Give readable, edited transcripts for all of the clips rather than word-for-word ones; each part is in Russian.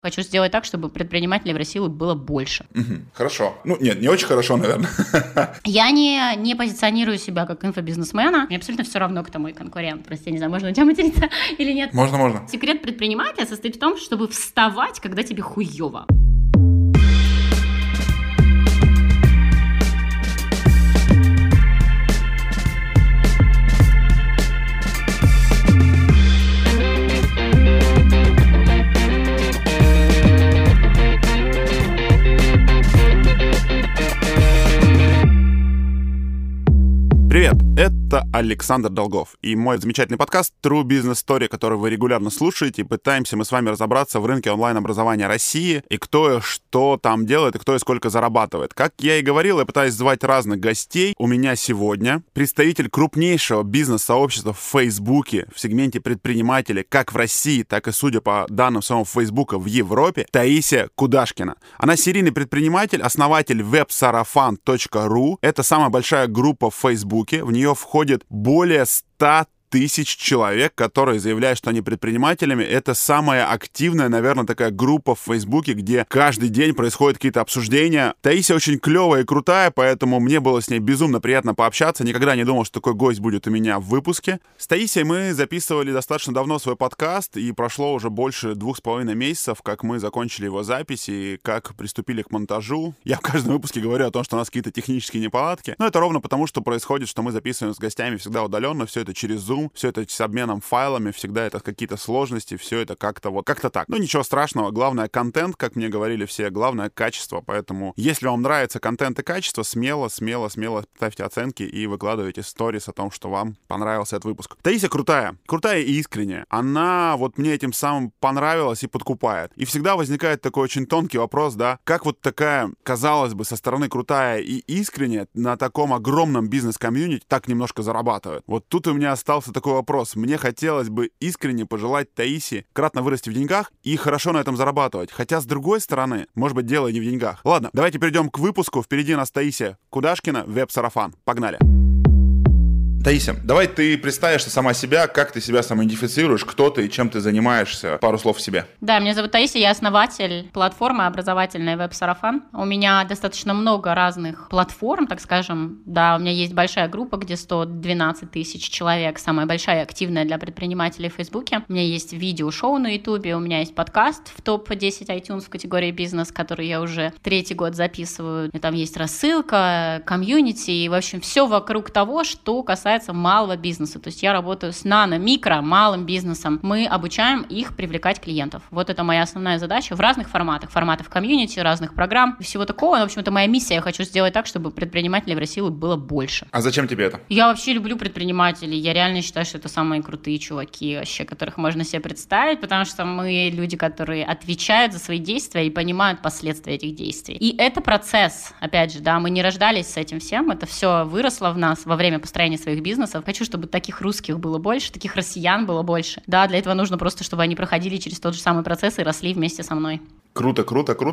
Хочу сделать так, чтобы предпринимателей в России было больше. Хорошо. Нет, не очень хорошо, наверное. Я не позиционирую себя как инфобизнесмена. Мне абсолютно все равно, кто мой конкурент. Просто я не знаю, можно на тебя материться или нет. Можно. Секрет предпринимателя состоит в том, чтобы вставать, когда тебе хуёво. Привет, это Александр Долгов и мой замечательный подкаст True Business Story, который вы регулярно слушаете. Пытаемся мы с вами разобраться в рынке онлайн-образования России и кто и что там делает, и кто и сколько зарабатывает. Как я и говорил, я пытаюсь звать разных гостей. У меня сегодня представитель крупнейшего бизнес-сообщества в Фейсбуке в сегменте предпринимателей как в России, так и, судя по данным самого Фейсбука, в Европе, Таисия Кудашкина. Она серийный предприниматель, основатель websarafan.ru. Это самая большая группа в Фейсбуке. В нее входит более 100 тысяч человек, которые заявляют, что они предпринимателями. Это самая активная, наверное, такая группа в Фейсбуке, где каждый день происходят какие-то обсуждения. Таисия очень клевая и крутая, поэтому мне было с ней безумно приятно пообщаться. Никогда не думал, что такой гость будет у меня в выпуске. С Таисией мы записывали достаточно давно свой подкаст, и прошло уже больше 2,5 месяцев, как мы закончили его запись и как приступили к монтажу. Я в каждом выпуске говорю о том, что у нас какие-то технические неполадки, но это ровно потому, что происходит, что мы записываем с гостями всегда удаленно, все это через Zoom, все это с обменом файлами, всегда это какие-то сложности, все это как-то так. Ну, ничего страшного, главное контент, как мне говорили все, главное качество, поэтому если вам нравится контент и качество, смело ставьте оценки и выкладывайте сторис о том, что вам понравился этот выпуск. Таисия крутая и искренняя. Она вот мне этим самым понравилась и подкупает. И всегда возникает такой очень тонкий вопрос, да, как вот такая, казалось бы, со стороны крутая и искренняя на таком огромном бизнес-комьюнити так немножко зарабатывает. Вот тут у меня остался такой вопрос. Мне хотелось бы искренне пожелать Таисии кратно вырасти в деньгах и хорошо на этом зарабатывать. Хотя, с другой стороны, может быть, дело не в деньгах. Ладно, давайте перейдем к выпуску. Впереди нас Таисия Кудашкина, Веб-сарафан. Погнали. Таисия, давай ты представишься сама себя, как ты себя самоидентифицируешь, кто ты и чем ты занимаешься. Пару слов о себе. Да, меня зовут Таисия, я основатель платформы образовательной Веб-сарафан. У меня достаточно много разных платформ, так скажем. Да, у меня есть большая группа, где 112 тысяч человек, самая большая и активная для предпринимателей в Фейсбуке. У меня есть видео-шоу на Ютубе, у меня есть подкаст в топ-10 iTunes в категории бизнес, который я уже 3-й год записываю. И там есть рассылка, комьюнити, и, в общем, все вокруг того, что касается малого бизнеса. То есть я работаю с нано-микро, малым бизнесом. Мы обучаем их привлекать клиентов. Вот это моя основная задача в разных форматах. Форматов комьюнити, разных программ, всего такого. В общем, это моя миссия. Я хочу сделать так, чтобы предпринимателей в России было больше. А зачем тебе это? Я вообще люблю предпринимателей. Я реально считаю, что это самые крутые чуваки вообще, которых можно себе представить, потому что мы люди, которые отвечают за свои действия и понимают последствия этих действий. И это процесс. Опять же, да, мы не рождались с этим всем. Это все выросло в нас во время построения своих бизнесов. Хочу, чтобы таких русских было больше, таких россиян было больше. Да, для этого нужно просто, чтобы они проходили через тот же самый процесс и росли вместе со мной. Круто.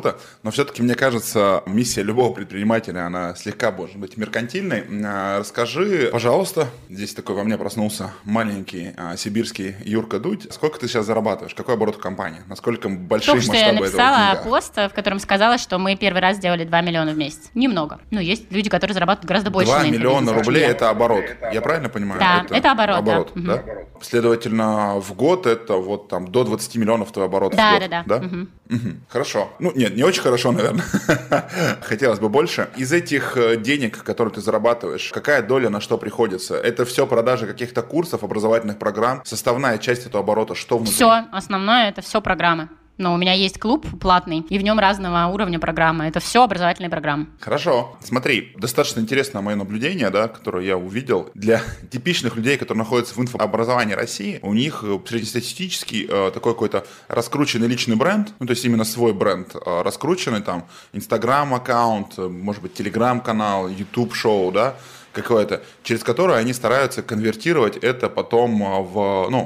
Но все-таки, мне кажется, миссия любого предпринимателя, она слегка, может быть, меркантильной. Расскажи, пожалуйста, здесь такой во мне проснулся маленький сибирский Юрка Дудь. Сколько ты сейчас зарабатываешь? Какой оборот компании? Насколько большие масштабы этого? Только что я написала пост, в котором сказала, что мы первый раз сделали 2 миллиона в месяц. Немного. Ну, есть люди, которые зарабатывают гораздо больше. 2 миллиона рублей – это оборот. Я правильно понимаю? Да, это оборот, да. Угу. Следовательно, в год это вот там до 20 миллионов твой оборот в год. Да. Угу. Хорошо. Нет, не очень хорошо, наверное. Хотелось бы больше. Из этих денег, которые ты зарабатываешь, какая доля на что приходится? Это все продажи каких-то курсов, образовательных программ? Составная часть этого оборота, что внутри? Все, основное – это все программы. Но у меня есть клуб платный, и в нем разного уровня программы. Это все образовательные программы. Хорошо. Смотри, достаточно интересное мое наблюдение, да, которое я увидел. Для типичных людей, которые находятся в инфообразовании России, у них среднестатистический такой какой-то раскрученный личный бренд, ну, то есть именно свой бренд раскрученный, там, Инстаграм-аккаунт, может быть, Телеграм-канал, Ютуб-шоу, да, какое-то, через которое они стараются конвертировать это потом в,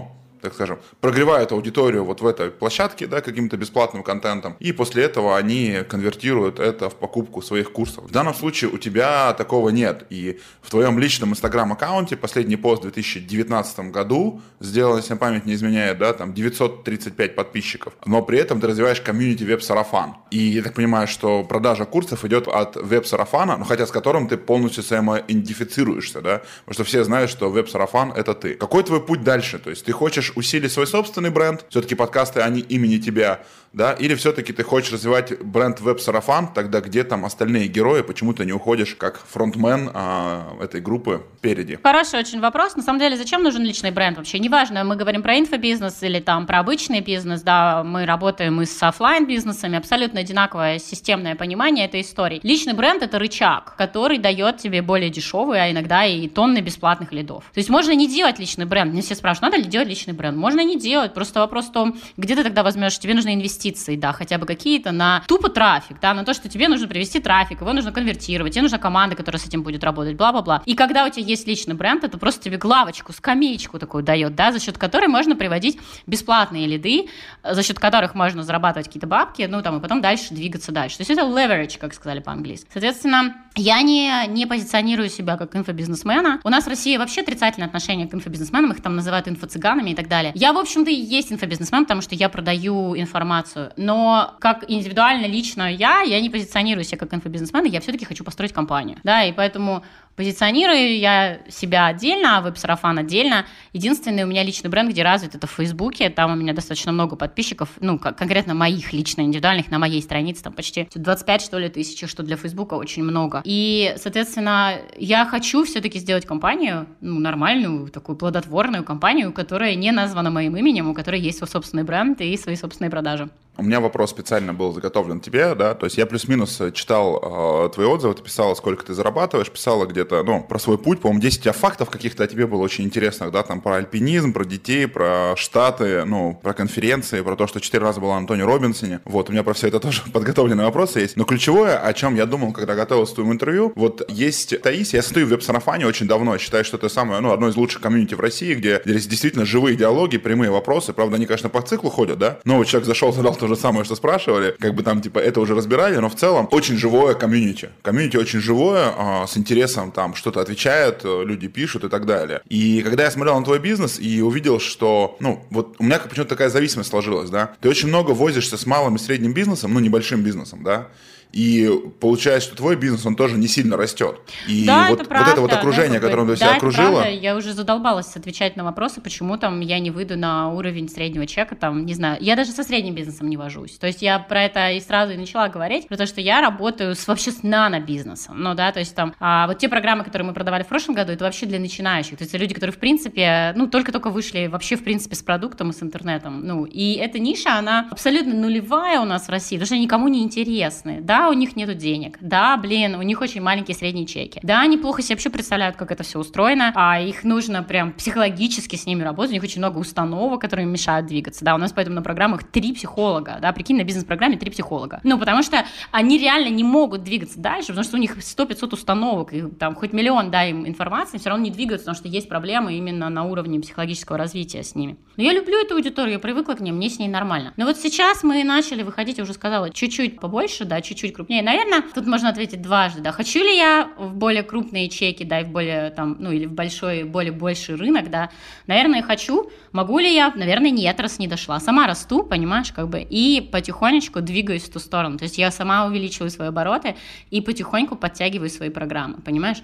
так скажем, прогревают аудиторию вот в этой площадке, да, каким-то бесплатным контентом, и после этого они конвертируют это в покупку своих курсов. В данном случае у тебя такого нет, и в твоем личном Инстаграм-аккаунте последний пост в 2019 году сделал, если память не изменяет, да, там 935 подписчиков, но при этом ты развиваешь комьюнити веб-сарафан. И я так понимаю, что продажа курсов идет от веб-сарафана, ну, хотя с которым ты полностью самоидентифицируешься, да, потому что все знают, что веб-сарафан — это ты. Какой твой путь дальше? То есть ты хочешь усилить свой собственный бренд, все-таки подкасты, они имени тебя, да, или все-таки ты хочешь развивать бренд веб-сарафан, тогда где там остальные герои, почему ты не уходишь как фронтмен этой группы впереди? Хороший очень вопрос. На самом деле, зачем нужен личный бренд вообще? Неважно, мы говорим про инфобизнес или там про обычный бизнес, да, мы работаем и с офлайн-бизнесами, абсолютно одинаковое системное понимание этой истории. Личный бренд — это рычаг, который дает тебе более дешевые, а иногда и тонны бесплатных лидов. То есть можно не делать личный бренд. Мне все спрашивают, надо ли делать личный бренд? Можно не делать. Просто вопрос в том, где ты тогда возьмешь, тебе нужны инвестиции, да, хотя бы какие-то на тупо трафик, да, на то, что тебе нужно привести трафик, его нужно конвертировать, тебе нужна команда, которая с этим будет работать, бла-бла-бла. И когда у тебя есть личный бренд, это просто тебе главочку, скамеечку такую дает, да, за счет которой можно приводить бесплатные лиды, за счет которых можно зарабатывать какие-то бабки, ну, там, и потом дальше двигаться дальше. То есть это leverage, как сказали по-английски. Соответственно, я не позиционирую себя как инфобизнесмена. У нас в России вообще отрицательное отношение к инфобизнесменам, их там называют инфоцыганами и так далее. Я, в общем-то, и есть инфобизнесмен, потому что я продаю информацию. Но как индивидуально, лично я не позиционирую себя как инфобизнесмен, я все-таки хочу построить компанию. Да, и поэтому позиционирую я себя отдельно, а веб-сарафан отдельно. Единственный у меня личный бренд, где развит, это в Фейсбуке. Там у меня достаточно много подписчиков, ну, конкретно моих лично индивидуальных на моей странице. Там почти 25, что ли, тысяч, что для Фейсбука очень много. И, соответственно, я хочу все-таки сделать компанию, ну, нормальную, такую плодотворную компанию, которая не названа моим именем, у которой есть свой собственный бренд и свои собственные продажи. У меня вопрос специально был заготовлен тебе, да, то есть я плюс-минус читал твои отзывы, ты писала, сколько ты зарабатываешь, писала где-то, ну, про свой путь, по-моему, 10 у тебя фактов каких-то о тебе было очень интересных, да, там про альпинизм, про детей, про Штаты, ну, про конференции, про то, что 4 раза была на Тони Робинсоне, вот, у меня про все это тоже подготовленные вопросы есть, но ключевое, о чем я думал, когда готовился к твоему интервью, вот есть Таисия, я стою в веб-сарафане очень давно, считаю, что это самое, ну, одно из лучших комьюнити в России, где здесь действительно живые диалоги, прямые вопросы, правда, они, конечно, по циклу ходят, да, но вот человек зашел, задал то же самое, что спрашивали, как бы там, типа, это уже разбирали, но в целом очень живое комьюнити. Комьюнити очень живое, с интересом там что-то отвечают, люди пишут и так далее. И когда я смотрел на твой бизнес и увидел, что, ну, вот у меня почему-то такая зависимость сложилась, да, ты очень много возишься с малым и средним бизнесом, ну, небольшим бизнесом, да, и получается, что твой бизнес, он тоже не сильно растет. И да, вот, это правда, вот это вот окружение, которым ты себя окружила. Это правда. Я уже задолбалась отвечать на вопросы, почему там я не выйду на уровень среднего чека, там, не знаю. Я даже со средним бизнесом не вожусь. То есть я про это и сразу и начала говорить, потому что я работаю вообще с нано-бизнесом. Ну да, то есть там вот те программы, которые мы продавали в прошлом году, это вообще для начинающих. То есть люди, которые в принципе, ну, только-только вышли вообще в принципе с продуктом и с интернетом. Ну, и эта ниша, она абсолютно нулевая у нас в России, потому что они никому не интересны. Да, у них нету денег, да, блин, у них очень маленькие средние чеки, да, они плохо себе вообще представляют, как это все устроено, а их нужно прям психологически с ними работать, у них очень много установок, которые им мешают двигаться, да, у нас поэтому на программах 3 психолога, да, прикинь, на бизнес-программе 3 психолога, ну, потому что они реально не могут двигаться дальше, потому что у них 100-500 установок, и там хоть миллион, да, им информации, все равно не двигаются, потому что есть проблемы именно на уровне психологического развития с ними. Но я люблю эту аудиторию, я привыкла к ней, мне с ней нормально. Но вот сейчас мы начали выходить, я уже сказала, чуть-чуть побольше, да, чуть-чуть крупнее. Наверное, тут можно ответить дважды, да. Хочу ли я в более крупные чеки, да, и в более там, ну, или в большой, более больший рынок, да. Наверное, хочу. Могу ли я? Наверное, нет, раз не дошла. Сама расту, понимаешь, как бы, и потихонечку двигаюсь в ту сторону. То есть я сама увеличиваю свои обороты и потихоньку подтягиваю свои программы, понимаешь?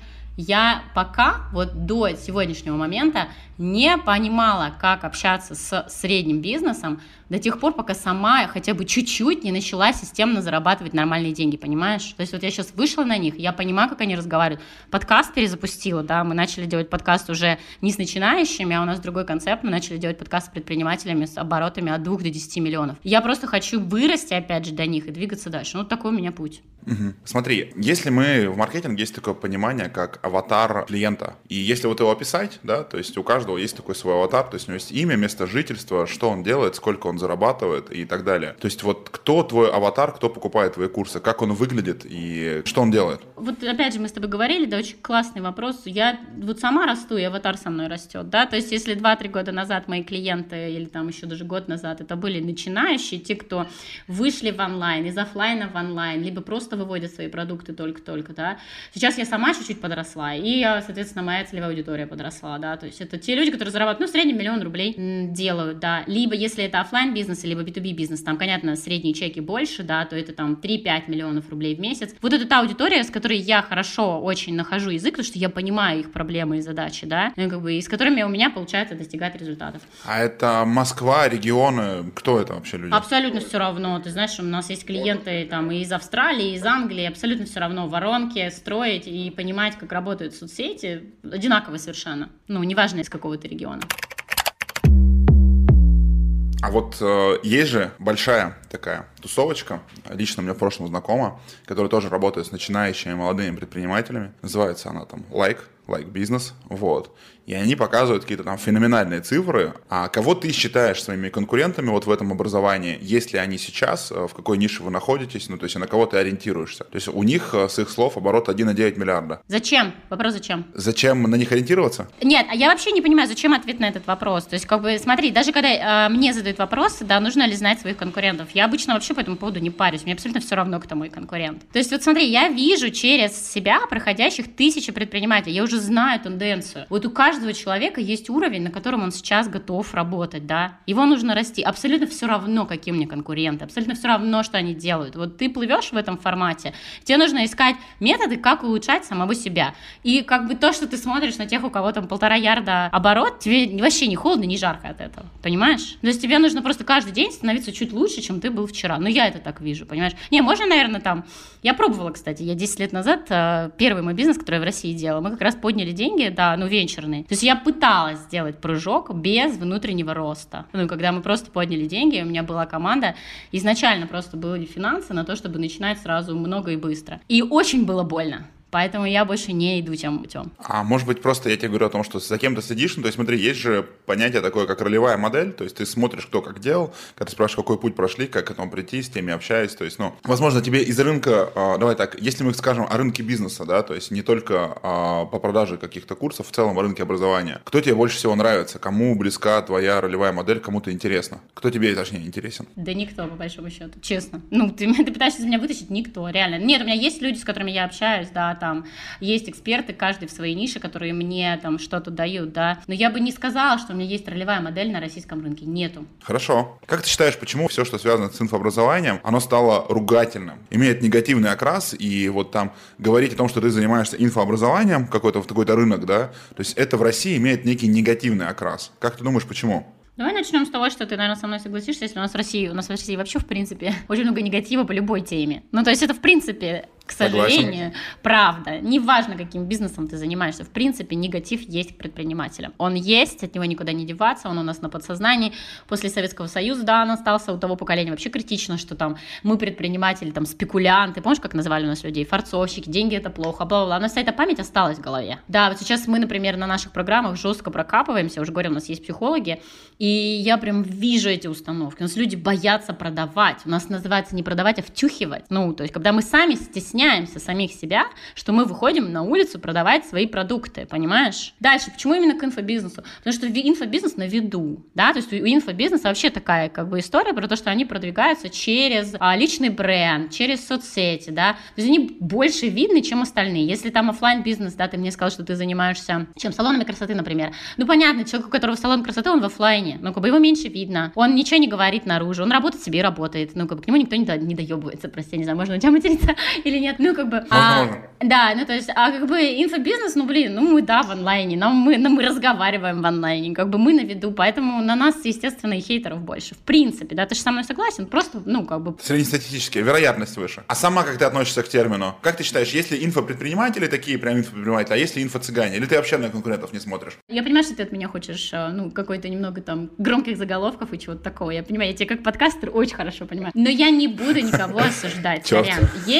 Я пока, вот до сегодняшнего момента, не понимала, как общаться с средним бизнесом до тех пор, пока сама хотя бы чуть-чуть не начала системно зарабатывать нормальные деньги, понимаешь? То есть вот я сейчас вышла на них, я понимаю, как они разговаривают. Подкаст перезапустила, да, мы начали делать подкаст уже не с начинающими, а у нас другой концепт, мы начали делать подкаст с предпринимателями с оборотами от 2 до 10 миллионов. Я просто хочу вырасти, опять же, до них и двигаться дальше. Ну, такой у меня путь. Смотри, если мы в маркетинге есть такое понимание, как аватар клиента, и если вот его описать, да, то есть у каждого есть такой свой аватар, то есть у него есть имя, место жительства, что он делает, сколько он зарабатывает и так далее. То есть вот кто твой аватар, кто покупает твои курсы, как он выглядит и что он делает? Вот опять же мы с тобой говорили, да, очень классный вопрос. Я вот сама расту, и аватар со мной растет, да, то есть если 2-3 года назад мои клиенты, или там еще даже год назад, это были начинающие, те, кто вышли в онлайн, из офлайна в онлайн, либо просто выводят свои продукты только-только, да. Сейчас я сама чуть-чуть подросла, и, соответственно, моя целевая аудитория подросла, да, то есть это те люди, которые зарабатывают, в среднем 1 000 000 рублей делают, да, либо если это офлайн бизнес, либо B2B бизнес, там, понятно, средние чеки больше, да, то это там 3-5 миллионов рублей в месяц. Вот это та аудитория, с которой я хорошо очень нахожу язык, потому что я понимаю их проблемы и задачи, да, и с которыми у меня получается достигать результатов. А это Москва, регионы, кто это вообще люди? Абсолютно все равно, ты знаешь, у нас есть клиенты там и из Австралии, и из Англии, абсолютно все равно воронки строить и понимать, как работают соцсети, одинаково совершенно, неважно из какого-то региона. А вот есть же большая такая тусовочка, лично у меня в прошлом знакома, которая тоже работает с начинающими молодыми предпринимателями. Называется она там Like Business, вот. И они показывают какие-то там феноменальные цифры. А кого ты считаешь своими конкурентами вот в этом образовании, если они сейчас, в какой нише вы находитесь, то есть на кого ты ориентируешься? То есть у них, с их слов, оборот 1,9 миллиарда. Зачем? Вопрос зачем? Зачем на них ориентироваться? Нет, а я вообще не понимаю, зачем ответ на этот вопрос. То есть, смотри, даже когда мне задают вопросы, да, нужно ли знать своих конкурентов, я обычно вообще по этому поводу не парюсь, мне абсолютно все равно, кто мой конкурент. То есть, вот смотри, я вижу через себя проходящих тысячи предпринимателей, я уже знаю тенденцию. Вот у каждого человека есть уровень, на котором он сейчас готов работать, да, его нужно расти. Абсолютно все равно, какие у меня конкуренты, абсолютно все равно, что они делают. Вот ты плывешь в этом формате, тебе нужно искать методы, как улучшать самого себя. И как бы то, что ты смотришь на тех, у кого там 1,5 ярда оборот, тебе вообще не холодно, не жарко от этого, понимаешь? То есть тебе нужно просто каждый день становиться чуть лучше, чем ты был вчера. Я это так вижу, понимаешь? Не, можно, наверное, там... Я пробовала, кстати, я 10 лет назад, первый мой бизнес, который я в России делала, мы как раз подняли деньги, да, венчурные. То есть я пыталась сделать прыжок без внутреннего роста. Когда мы просто подняли деньги, у меня была команда, изначально просто были финансы на то, чтобы начинать сразу много и быстро. И очень было больно. Поэтому я больше не иду тем путем. А может быть, просто я тебе говорю о том, что за кем ты следишь. То есть смотри, есть же понятие такое, как ролевая модель. То есть ты смотришь, кто как делал, когда ты спрашиваешь, какой путь прошли, как к этому прийти, с теми общаясь. То есть, возможно, тебе из рынка, давай так, если мы скажем о рынке бизнеса, да, то есть не только по продаже каких-то курсов, в целом о рынке образования. Кто тебе больше всего нравится? Кому близка твоя ролевая модель, кому-то интересно? Кто тебе, точнее, интересен? Да никто, по большому счету, честно. Ты пытаешься из меня вытащить, никто, реально. Нет, у меня есть люди, с которыми я общаюсь, да, там есть эксперты, каждый в своей нише, которые мне там что-то дают, да, но я бы не сказала, что у меня есть ролевая модель на российском рынке, нету. Хорошо. Как ты считаешь, почему все, что связано с инфообразованием, оно стало ругательным, имеет негативный окрас, и вот там говорить о том, что ты занимаешься инфообразованием, какой-то рынок, да, то есть это в России имеет некий негативный окрас. Как ты думаешь, почему? Давай начнем с того, что ты, наверное, со мной согласишься, если у нас в России вообще, в принципе, очень много негатива по любой теме. То есть это, в принципе, к сожалению, правда. Неважно, каким бизнесом ты занимаешься, в принципе, негатив есть к предпринимателям. Он есть, от него никуда не деваться, он у нас на подсознании. После Советского Союза, да, он остался у того поколения вообще критично, что там мы предприниматели, там, спекулянты, помнишь, как называли у нас людей, форцовщики, деньги это плохо, бла-бла-бла. У нас вся эта память осталась в голове. Да, вот сейчас мы, например, на наших программах жестко прокапываемся, уже говорю, у нас есть психологи, и я прям вижу эти установки. У нас люди боятся продавать, у нас называется не продавать, а втюхивать. То есть, когда мы сами стесняемся самих себя, что мы выходим на улицу продавать свои продукты, понимаешь? Дальше, почему именно к инфобизнесу? Потому что инфобизнес на виду, да, то есть у инфобизнеса вообще такая как бы история про то, что они продвигаются через личный бренд, через соцсети, да, то есть они больше видны, чем остальные. Если там офлайн бизнес, да, ты мне сказал, что ты занимаешься салонами красоты, например, понятно, человек, у которого салон красоты, он в офлайне, его меньше видно, он ничего не говорит наружу, он работает себе и работает, к нему никто не доебывается, прости, не знаю, можно у тебя материться или нет, можно. Да, то есть, инфобизнес, мы, да, в онлайне, мы разговариваем в онлайне, мы на виду, поэтому на нас, естественно, и хейтеров больше, в принципе, да, ты же со мной согласен, просто, Среднестатистически, вероятность выше. А сама как ты относишься к термину? Как ты считаешь, есть ли инфопредприниматели такие, прям инфопредприниматели, а есть ли инфо-цыгане? Или ты вообще на конкурентов не смотришь? Я понимаю, что ты от меня хочешь, какой-то немного там громких заголовков и чего-то такого, я понимаю, я тебя как подкастер очень хорошо понимаю, но я не буду никого осуждать, сорян. Есть люди, с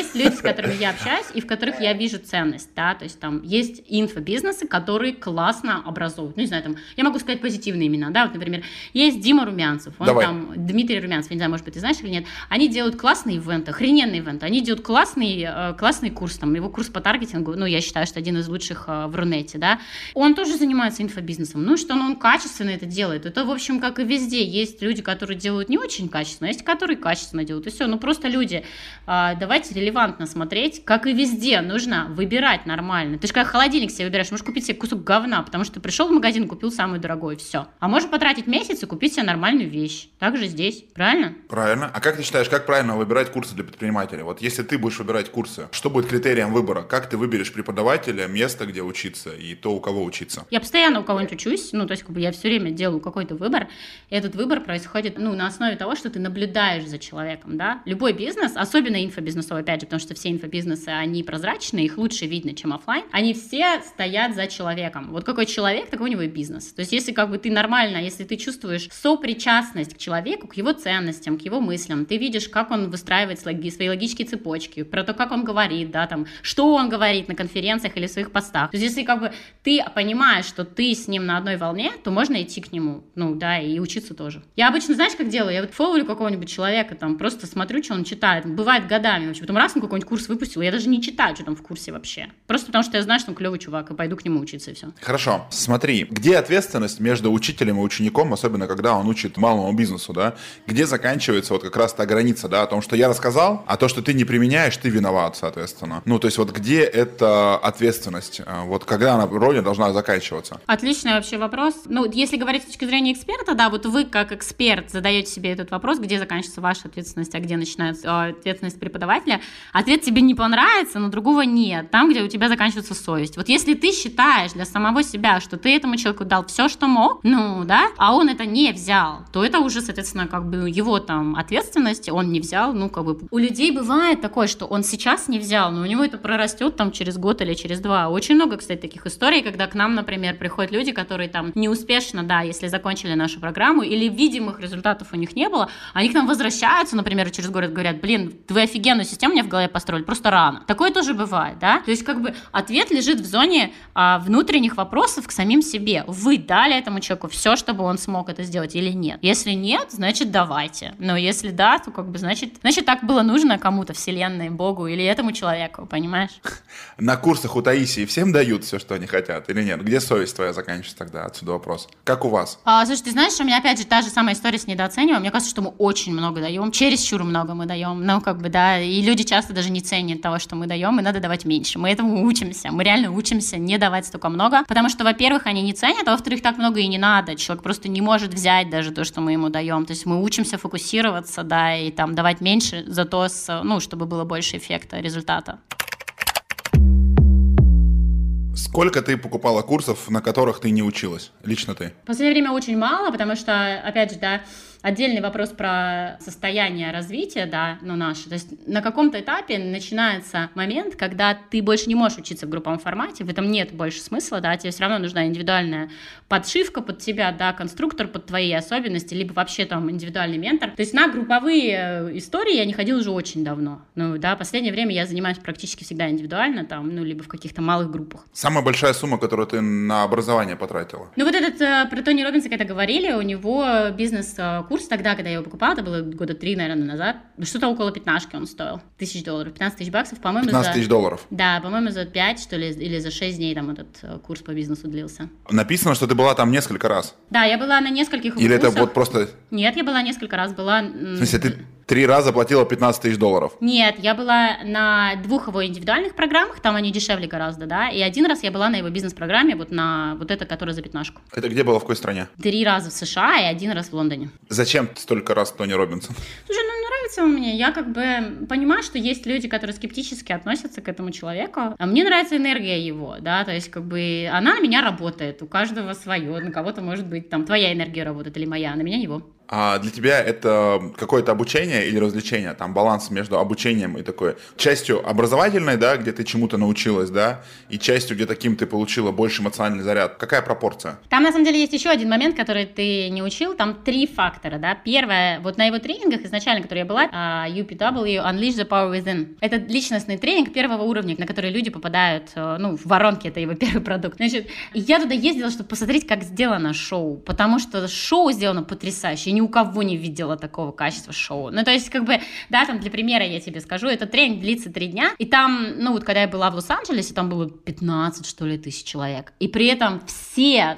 которыми я общаюсь и в которых я вижу ценность, да, то есть там есть инфобизнесы, которые классно образовывают, ну, не знаю, там, я могу сказать позитивные имена, да, вот, например, есть Дима Румянцев, он там, Дмитрий Румянцев, я не знаю, может быть, ты знаешь или нет, они делают классные ивенты, охрененные ивенты, они делают классный курс, там, его курс по таргетингу, ну, я считаю, что один из лучших в Рунете, да, он тоже занимается инфобизнесом, ну, что он качественно это делает, это, в общем, как и везде, есть люди, которые делают не очень качественно, есть которые качественно делают, и все, ну, просто люди, давайте релевантно смотреть, как и везде, нужно выбирать нормально, ты же как холодильник себе выбираешь, можешь купить себе кусок говна, потому что ты пришел в магазин, купил самый дорогой, все, а можешь потратить месяц и купить себе нормальную вещь, так же здесь, правильно? Правильно, а как ты считаешь, как правильно выбирать курсы для предпринимателей? Вот если ты будешь выбирать курсы, что будет критерием выбора? Как ты выберешь преподавателя, место, где учиться и то, у кого учиться? Я постоянно у кого-нибудь учусь, ну, то есть, как бы я все время делаю какой-то выбор, и этот выбор происходит, ну, на основе того, что ты наблюдаешь за человеком, да. Любой бизнес, особенно инфобизнесовый, опять же, потому что все инфобизнесы, они прозрачные, их лучше видно, чем офлайн, они все стоят за человеком. Вот какой человек, такой у него и бизнес. То есть, если как бы ты нормально, если ты чувствуешь сопричастность к человеку, к его ценностям, к его мыслям, ты видишь, как он выстраивает свои логические цепочки, про то, как он говорит, да, там, что он говорит на конференциях или в своих постах. То есть, если как бы ты понимаешь, что ты с ним на одной волне, то можно идти к нему, ну, да, и учиться тоже. Я обычно, знаешь, как делаю? Я вот фолловлю какого-нибудь человека, там, просто смотрю, что он читает. Бывает годами вообще. Потом раз он какой-нибудь курс выпустил, я даже не читаю, что там в курсе вообще. Просто потому что я знаю, что он клевый чувак, и пойду к нему учиться, и все. Хорошо. Смотри, где ответственность между учителем и учеником, особенно когда он учит малому бизнесу, да? Где заканчивается вот как раз та граница, да, о том, что я рассказал, а то, что ты не применяешь, ты виноват, соответственно. Ну, то есть вот где эта ответственность? Вот когда она роли должна заканчиваться? Отличный вообще вопрос. Ну, если говорить с точки зрения эксперта, да, вот вы как эксперт задаете себе этот вопрос, где заканчивается ваша ответственность, а где начинается ответственность преподавателя. Ответ тебе не понравится, но другого нет. Там, где у тебя заканчивается совесть. Вот если ты считаешь для самого себя, что ты этому человеку дал все, что мог, ну, да, а он это не взял, то это уже, соответственно, как бы его там ответственность, он не взял, ну, как бы. У людей бывает такое, что он сейчас не взял, но у него это прорастет там через год или через 2. Очень много, кстати, таких историй, когда к нам, например, приходят люди, которые там неуспешно, да, если закончили нашу программу, или видимых результатов у них не было, они к нам возвращаются, например, через год говорят, блин, вы офигенную систему мне в голове построили, просто рано. Такое тоже бывает, да? То есть, как бы, ответ лежит в зоне внутренних вопросов к самим себе. Вы дали этому человеку все, чтобы он смог это сделать или нет? Если нет, значит, давайте. Но если да, то, как бы, значит так было нужно кому-то, вселенной, Богу или этому человеку, понимаешь? На курсах у Таисии всем дают все, что они хотят, или нет? Где совесть твоя заканчивается тогда? Отсюда вопрос. Как у вас? Слушай, ты знаешь, у меня опять же та же самая история с недооцениванием. Мне кажется, что мы очень много даем, чересчур много мы даем. Ну, как бы, да, и люди часто даже не ценят того, что мы даем, и надо давать меньше. Мы этому учимся, мы реально учимся не давать столько много, потому что, во-первых, они не ценят, а во-вторых, так много и не надо. Человек просто не может взять даже то, что мы ему даем. То есть мы учимся фокусироваться, да, и там давать меньше, зато чтобы было больше эффекта, результата. Сколько ты покупала курсов, на которых ты не училась? Лично ты? В последнее время очень мало, потому что, опять же, да, отдельный вопрос про состояние развития, да, ну, наше. То есть на каком-то этапе начинается момент, когда ты больше не можешь учиться в групповом формате, в этом нет больше смысла, да, тебе все равно нужна индивидуальная подшивка под тебя, да, конструктор под твои особенности, либо вообще там индивидуальный ментор. То есть на групповые истории я не ходила уже очень давно. Ну, да, последнее время я занимаюсь практически всегда индивидуально, там, ну, либо в каких-то малых группах. Самая большая сумма, которую ты на образование потратила? Ну, вот этот, про Тони Роббинса, когда говорили, у него бизнес-курс тогда, когда я его покупала, это было года 3, наверное, назад, что-то около 15 он стоил, $1000, 15 000 баксов, по-моему, 15 000 долларов? Да, по-моему, за 5, что ли, или за 6 дней там этот курс по бизнесу длился. Написано, что ты была там несколько раз? Да, я была на нескольких Или курсах. это вот просто... Нет, я была несколько раз, была... В смысле, ты 3 раза платила 15 000 долларов? Нет, я была на 2 его индивидуальных программах, там они дешевле гораздо, да, и 1 раз я была на его бизнес-программе, вот на вот это, которая за 15. Это где было, в какой стране? 3 раза в США и 1 раз в Лондоне. Зачем столько раз Тони Роббинсон? Слушай, ну нравится он мне, я как бы понимаю, что есть люди, которые скептически относятся к этому человеку, а мне нравится энергия его, да, то есть как бы она на меня работает, у каждого свое, на кого-то может быть там твоя энергия работает или моя, а на меня его. А для тебя это какое-то обучение или развлечение? Там баланс между обучением и такой частью образовательной, да, где ты чему-то научилась, да, и частью, где таким ты получила больше эмоциональный заряд. Какая пропорция? Там, на самом деле, есть еще один момент, который ты не учил. Там 3 фактора, да. Первое, вот на его тренингах изначально, которые я была, UPW, Unleash the Power Within. Это личностный тренинг первого уровня, на который люди попадают, в воронки, это его первый продукт. Значит, я туда ездила, чтобы посмотреть, как сделано шоу, потому что шоу сделано потрясающе. Я ни у кого не видела такого качества шоу. Ну, то есть, да, там, для примера я тебе скажу, этот тренинг длится 3 дня, и там, когда я была в Лос-Анджелесе, там было 15, что ли, тысяч человек, и при этом все,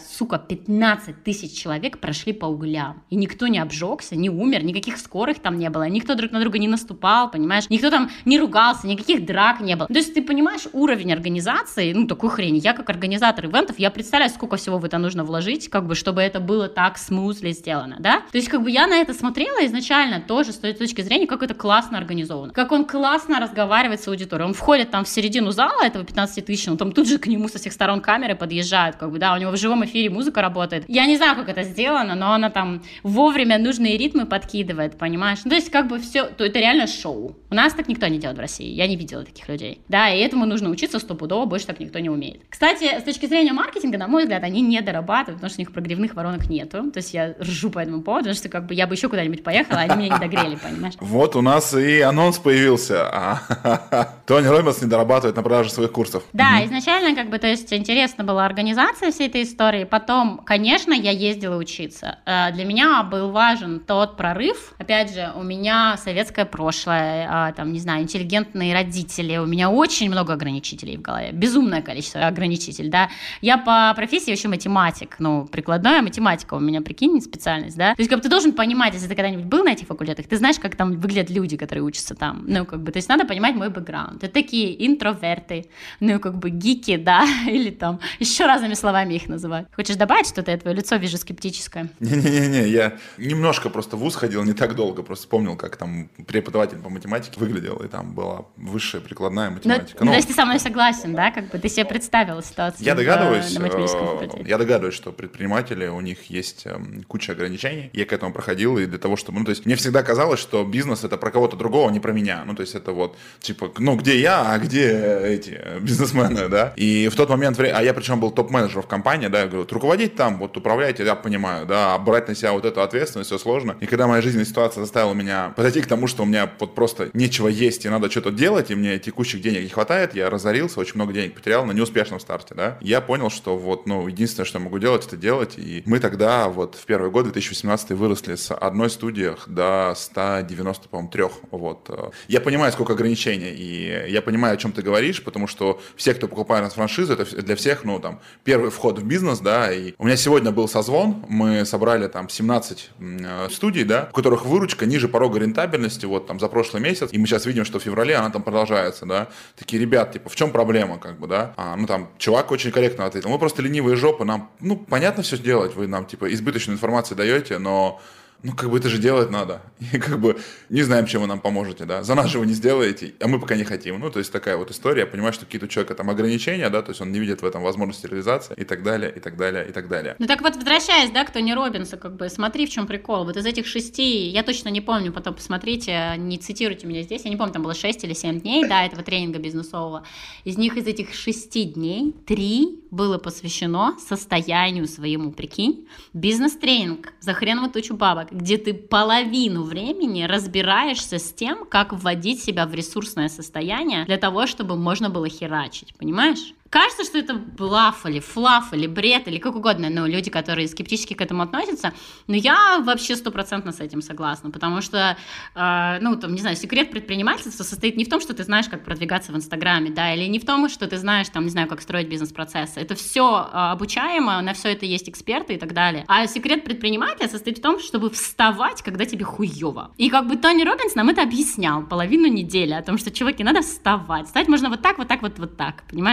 15 тысяч человек прошли по углям, и никто не обжегся, не умер, никаких скорых там не было, никто друг на друга не наступал, понимаешь, никто там не ругался, никаких драк не было. То есть, ты понимаешь уровень организации, такой хрени. Я, как организатор ивентов, я представляю, сколько всего в это нужно вложить, чтобы это было так смузли сделано, да? То есть, я на это смотрела изначально тоже с той точки зрения, как это классно организовано, как он классно разговаривает с аудиторией. Он входит там в середину зала этого 15-тысячного, там тут же к нему со всех сторон камеры подъезжают, да, у него в живом эфире музыка работает. Я не знаю, как это сделано, но она там вовремя нужные ритмы подкидывает, понимаешь? То есть, все, это реально шоу. У нас так никто не делает в России, я не видела таких людей. Да, и этому нужно учиться стопудово, больше так никто не умеет. Кстати, с точки зрения маркетинга, на мой взгляд, они не дорабатывают, потому что у них прогревных воронок нету. То есть я ржу по этому поводу, потому что я бы еще куда-нибудь поехала, а они меня не догрели, понимаешь? Вот у нас и анонс появился. Тони Робинс не дорабатывает на продаже своих курсов. Да, изначально, то есть интересна была организация всей этой истории. Потом, конечно, я ездила учиться. Для меня был важен тот прорыв. Опять же, у меня советское прошлое, там, не знаю, интеллигентные родители. У меня очень много ограничителей в голове. Безумное количество ограничителей, да. Я по профессии вообще математик. Прикладная математика у меня, прикинь, специальность, да. То есть, ты должен понимать, если ты когда-нибудь был на этих факультетах, ты знаешь, как там выглядят люди, которые учатся там. То есть, надо понимать мой бэкграунд. Это такие интроверты, гики, да, или там еще разными словами их называют. Хочешь добавить что-то? Я твое лицо вижу скептическое. Не-не-не, я немножко просто в вуз ходил, не так долго, просто вспомнил, как там преподаватель по математике выглядел, и там была высшая прикладная математика. То есть ты со мной согласен, да? Ты себе представила ситуацию я догадываюсь, на математическом факультете. Я догадываюсь, что предприниматели, у них есть куча ограничений. Я к этому проходил, и для того, чтобы... то есть мне всегда казалось, что бизнес — это про кого-то другого, не про меня. То есть это где я, а где эти бизнесмены, да? И в тот момент... А я причем был топ-менеджером в компании, да, я говорю, руководить там, управляйте, я понимаю, да, а брать на себя эту ответственность, все сложно. И когда моя жизненная ситуация заставила меня подойти к тому, что у меня просто нечего есть, и надо что-то делать, и мне текущих денег не хватает, я разорился, очень много денег потерял на неуспешном старте, да. Я понял, что единственное, что я могу делать, это делать. И мы тогда в первый год, 2018, выросли с одной студии до 190, по-моему, 3. Я понимаю, сколько ограничений, и я понимаю, о чем ты говоришь, потому что все, кто покупает нас франшизу, это для всех, первый вход в бизнес, да, и у меня сегодня был созвон, мы собрали там 17 студий, да, у которых выручка ниже порога рентабельности, за прошлый месяц, и мы сейчас видим, что в феврале она там продолжается, да, такие, ребят, в чем проблема, да, чувак очень корректно ответил, мы просто ленивые жопы, нам, понятно все сделать, вы нам, избыточную информацию даете, но это же делать надо. И не знаем, чем вы нам поможете, да. За нас же вы не сделаете, а мы пока не хотим. То есть такая история. Я понимаю, что какие-то у человека там ограничения, да, то есть он не видит в этом возможности реализации и так далее, и так далее, и так далее. Возвращаясь, да, к Тони Робинсу, смотри, в чем прикол. Из этих 6, я точно не помню, потом посмотрите, не цитируйте меня здесь, я не помню, там было 6 или 7 дней, да, этого тренинга бизнесового. Из этих 6 дней 3 было посвящено состоянию своему, прикинь. Бизнес-тренинг за хреновую тучу бабок, где ты половину времени разбираешься с тем, как вводить себя в ресурсное состояние для того, чтобы можно было херачить, понимаешь? Кажется, что это блаф или флаф или бред или как угодно, люди, которые скептически к этому относятся, но я вообще 100% с этим согласна, потому что, не знаю, секрет предпринимательства состоит не в том, что ты знаешь, как продвигаться в Инстаграме, да, или не в том, что ты знаешь, не знаю, как строить бизнес-процессы, это все обучаемо, на все это есть эксперты и так далее, а секрет предпринимателя состоит в том, чтобы вставать, когда тебе хуёво, и Тони Робинс нам это объяснял половину недели, о том, что, чуваки, надо вставать, встать можно вот так, понимаешь? Слушай,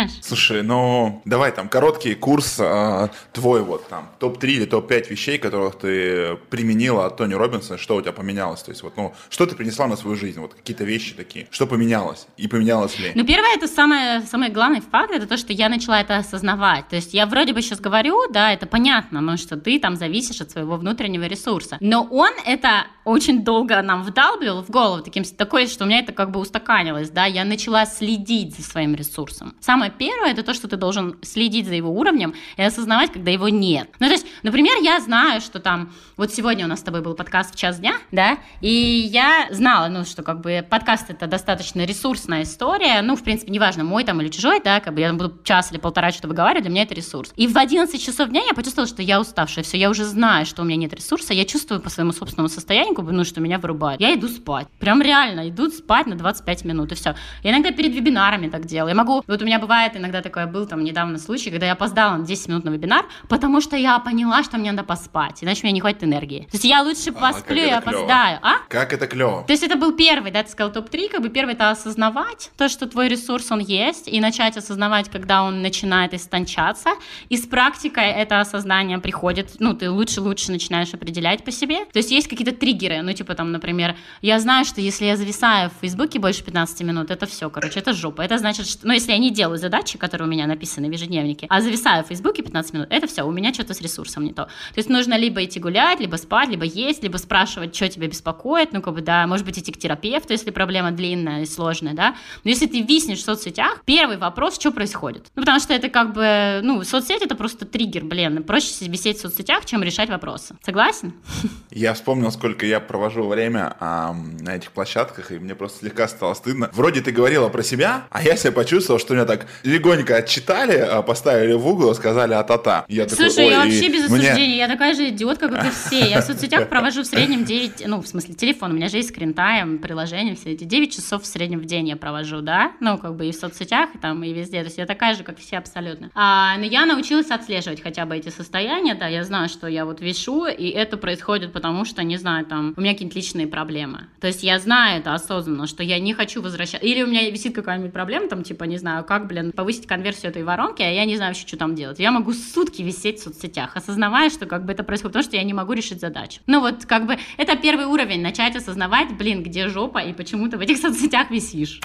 Слушай, ну, давай там короткий курс твой вот там, топ-3 или топ-5 вещей, которых ты применила от Тони Роббинса, что у тебя поменялось? То есть вот, ну, что ты принесла на свою жизнь? Вот какие-то вещи такие. Что поменялось? И поменялось ли? Ну, первое, это самый главный факт, это то, что я начала это осознавать. То есть я вроде бы сейчас говорю, да, это понятно, но что ты там зависишь от своего внутреннего ресурса. Но он это очень долго нам вдалбливал в голову, такое, что у меня это как бы устаканилось, да, я начала следить за своим ресурсом. Самое первое, это то, что ты должен следить за его уровнем и осознавать, когда его нет. Ну, то есть, например, я знаю, что там, вот сегодня у нас с тобой был подкаст в час дня, да, и я знала, ну, что как бы подкаст это достаточно ресурсная история, ну, в принципе, неважно, мой там или чужой, да, как бы я буду час или полтора что-то выговаривать, для меня это ресурс. И в 11 часов дня я почувствовала, что я уставшая, все, я уже знаю, что у меня нет ресурса, я чувствую по своему собственному состоянию, как бы, ну, что меня вырубает. Я иду спать. Прям реально, иду спать на 25 минут, и все. Я иногда перед вебинарами так делаю. Я могу, вот у меня бывает иногда такое, был там недавно случай, когда я опоздала на 10 минут на вебинар, потому что я поняла, что мне надо поспать, иначе мне не хватит энергии. То есть я лучше посплю и опоздаю. А? Как это клево. То есть это был первый, да, ты сказал топ-3, как бы первый это осознавать то, что твой ресурс, он есть, и начать осознавать, когда он начинает истончаться, и с практикой это осознание приходит, ну, ты лучше начинаешь определять по себе. То есть есть какие-то триггеры, ну, типа там, например, я знаю, что если я зависаю в Фейсбуке больше 15 минут, это все, короче, это жопа. Это значит, что, ну, если я не делаю задачи, которые у меня написаны в ежедневнике, а зависаю в Фейсбуке 15 минут, это все, у меня что-то с ресурсом не то. То есть нужно либо идти гулять, либо спать, либо есть, либо спрашивать, что тебя беспокоит, ну, как бы, да, может быть, идти к терапевту, если проблема длинная и сложная, да. Но если ты виснешь в соцсетях, первый вопрос, что происходит? Ну, потому что это как бы, ну, соцсеть это просто триггер, блин, проще висеть в соцсетях, чем решать вопросы. Согласен? Я вспомнил, сколько я провожу время на этих площадках, и мне просто слегка стало стыдно. Вроде ты говорила про себя, а я себя почувствовал, что меня так легонько отчитали, поставили в угол, сказали а-та-та. Слушай, я вообще без осуждения, я такая же идиотка, как и все. Я в соцсетях провожу в среднем 9, ну, в смысле, телефон, у меня же есть скринтайм, приложение, все эти 9 часов в среднем в день я провожу, да, ну, как бы и в соцсетях, и там, и везде, то есть я такая же, как все абсолютно. Но я научилась отслеживать хотя бы эти состояния, да, я знаю, что я вот вешу, и это происходит потому, что, не знаю, там, у меня какие-то личные проблемы. То есть я знаю это осознанно, что я не хочу возвращаться, или у меня висит какая-нибудь проблема, там, типа, не знаю, как, блин, повысить конверсию этой воронки, а я не знаю вообще, что там делать. Я могу сутки висеть в соцсетях, осознавая, что как бы это происходит, потому что я не могу решить задачу. Ну вот, как бы, это первый уровень, начать осознавать, блин, где жопа, и почему ты в этих соцсетях висишь.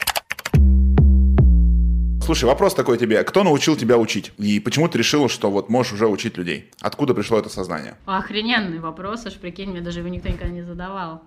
Слушай, вопрос такой тебе. Кто научил тебя учить? И почему ты решила, что вот можешь уже учить людей? Откуда пришло это сознание? Охрененный вопрос, аж прикинь, мне даже его никто никогда не задавал.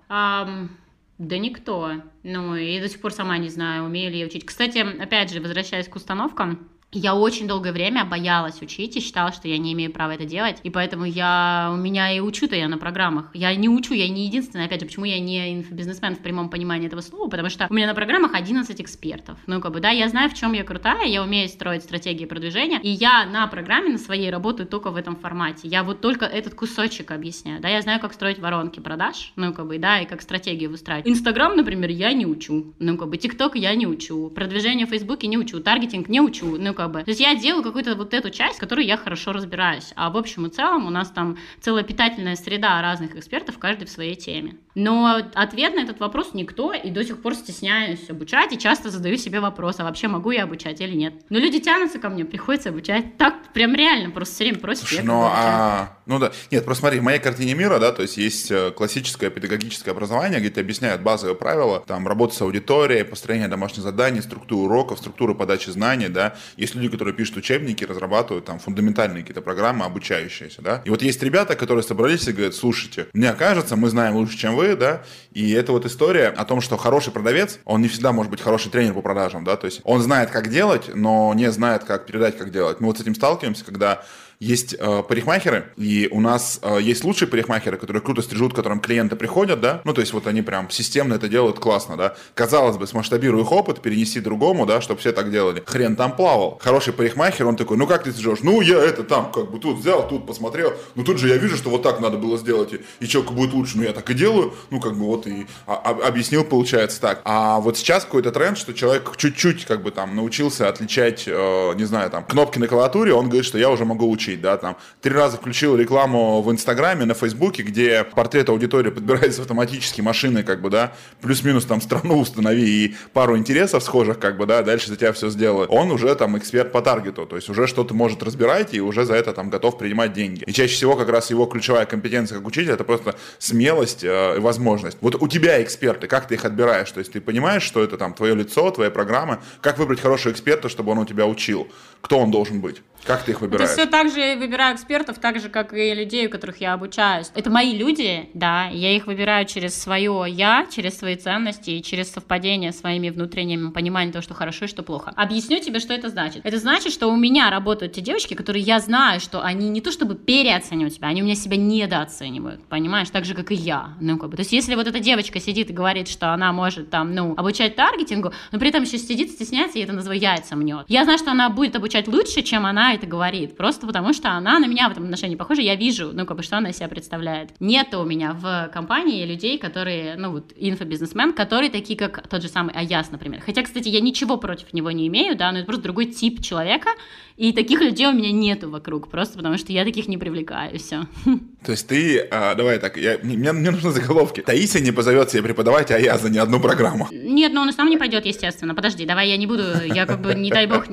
Да никто. Ну, и до сих пор сама не знаю, умею ли я учить. Кстати, опять же, возвращаясь к установкам, я очень долгое время боялась учить и считала, что я не имею права это делать, и поэтому у меня и учу-то я на программах. Я не учу, я не единственная, опять же, почему я не инфобизнесмен в прямом понимании этого слова, потому что у меня на программах 11 экспертов. Ну, как бы, да, я знаю, в чем я крутая, я умею строить стратегии продвижения, и я на программе на своей работаю только в этом формате. Я вот только этот кусочек объясняю, да, я знаю, как строить воронки продаж, ну, как бы, да, и как стратегию выстраивать. Инстаграм, например, я не учу, ну, как бы, ТикТок я не учу, продвижение в Фейсбуке не учу, таргетинг не учу, ну, как бы. То есть я делаю какую-то вот эту часть, в которой я хорошо разбираюсь. А в общем и целом у нас там целая питательная среда разных экспертов, каждый в своей теме. Но ответ на этот вопрос никто, и до сих пор стесняюсь обучать, и часто задаю себе вопрос, а вообще могу я обучать или нет. Но люди тянутся ко мне, приходится обучать. Так прям реально, просто все время просят. Слушай, ну да. Нет, просто смотри, в моей картине мира, да, то есть есть классическое педагогическое образование, где тебе объясняют базовые правила, там, работа с аудиторией, построение домашних заданий, структуру уроков, структуру подачи знаний, да. Есть люди, которые пишут учебники, разрабатывают там фундаментальные какие-то программы, обучающиеся, да. И вот есть ребята, которые собрались и говорят: слушайте, мне кажется, мы знаем лучше, чем вы, да, и это вот история о том, что хороший продавец, он не всегда может быть хороший тренер по продажам, да, то есть он знает, как делать, но не знает, как передать, как делать. Мы вот с этим сталкиваемся, когда есть парикмахеры, и у нас есть лучшие парикмахеры, которые круто стрижут, к которым клиенты приходят, да, ну, то есть вот они прям системно это делают классно, да. Казалось бы, смасштабируй их опыт, перенеси другому, да, чтобы все так делали. Хрен там плавал. Хороший парикмахер, он такой: ну, как ты стрижешь? Ну, я это там как бы тут взял, тут посмотрел, ну, тут же я вижу, что вот так надо было сделать, и человеку будет лучше, ну, я так и делаю, ну, как бы вот и объяснил, получается так. А вот сейчас какой-то тренд, что человек чуть-чуть как бы там научился отличать, не знаю, там, кнопки на клавиатуре, он говорит, что я уже могу учить. учить, да, там 3 раза включил рекламу в Инстаграме, на Фейсбуке, где портрет аудитории подбирается автоматически машиной, как бы, да, плюс-минус там страну установи и пару интересов схожих, как бы, да, дальше за тебя все сделают. Он уже там эксперт по таргету, то есть уже что-то может разбирать и уже за это там готов принимать деньги. И чаще всего как раз его ключевая компетенция как учителя — это просто смелость и возможность. Вот у тебя эксперты, как ты их отбираешь? То есть ты понимаешь, что это там твое лицо, твоя программа, как выбрать хорошего эксперта, чтобы он у тебя учил? Кто он должен быть? Как ты их выбираешь? Это все так же выбираю экспертов, так же, как и людей, у которых я обучаюсь. Это мои люди, да, я их выбираю через свое я, через свои ценности и через совпадение своими внутренними пониманием того, что хорошо и что плохо. Объясню тебе, что это значит. Это значит, что у меня работают те девочки, которые я знаю, что они не то чтобы переоценивают себя, они у меня себя недооценивают, понимаешь, так же, как и я. Ну, как бы, то есть, если вот эта девочка сидит и говорит, что она может там, обучать таргетингу, но при этом еще сидит, стесняется, и это называю яйца мнет. Я знаю, что она будет обучать лучше, чем она это говорит, просто потому что она на меня в этом отношении похожа, я вижу, что она из себя представляет. Нет у меня в компании людей, которые, инфобизнесмен, которые такие, как тот же самый Аяс, например. Хотя, кстати, я ничего против него не имею, да, но это просто другой тип человека, и таких людей у меня нету вокруг, просто потому что я таких не привлекаю, и все. То есть ты, давай так, мне нужны заголовки. Таисия не позовет себе преподавать Аяза ни одну программу. Нет, он и сам не пойдет, естественно. Подожди, давай я не буду, я не дай бог,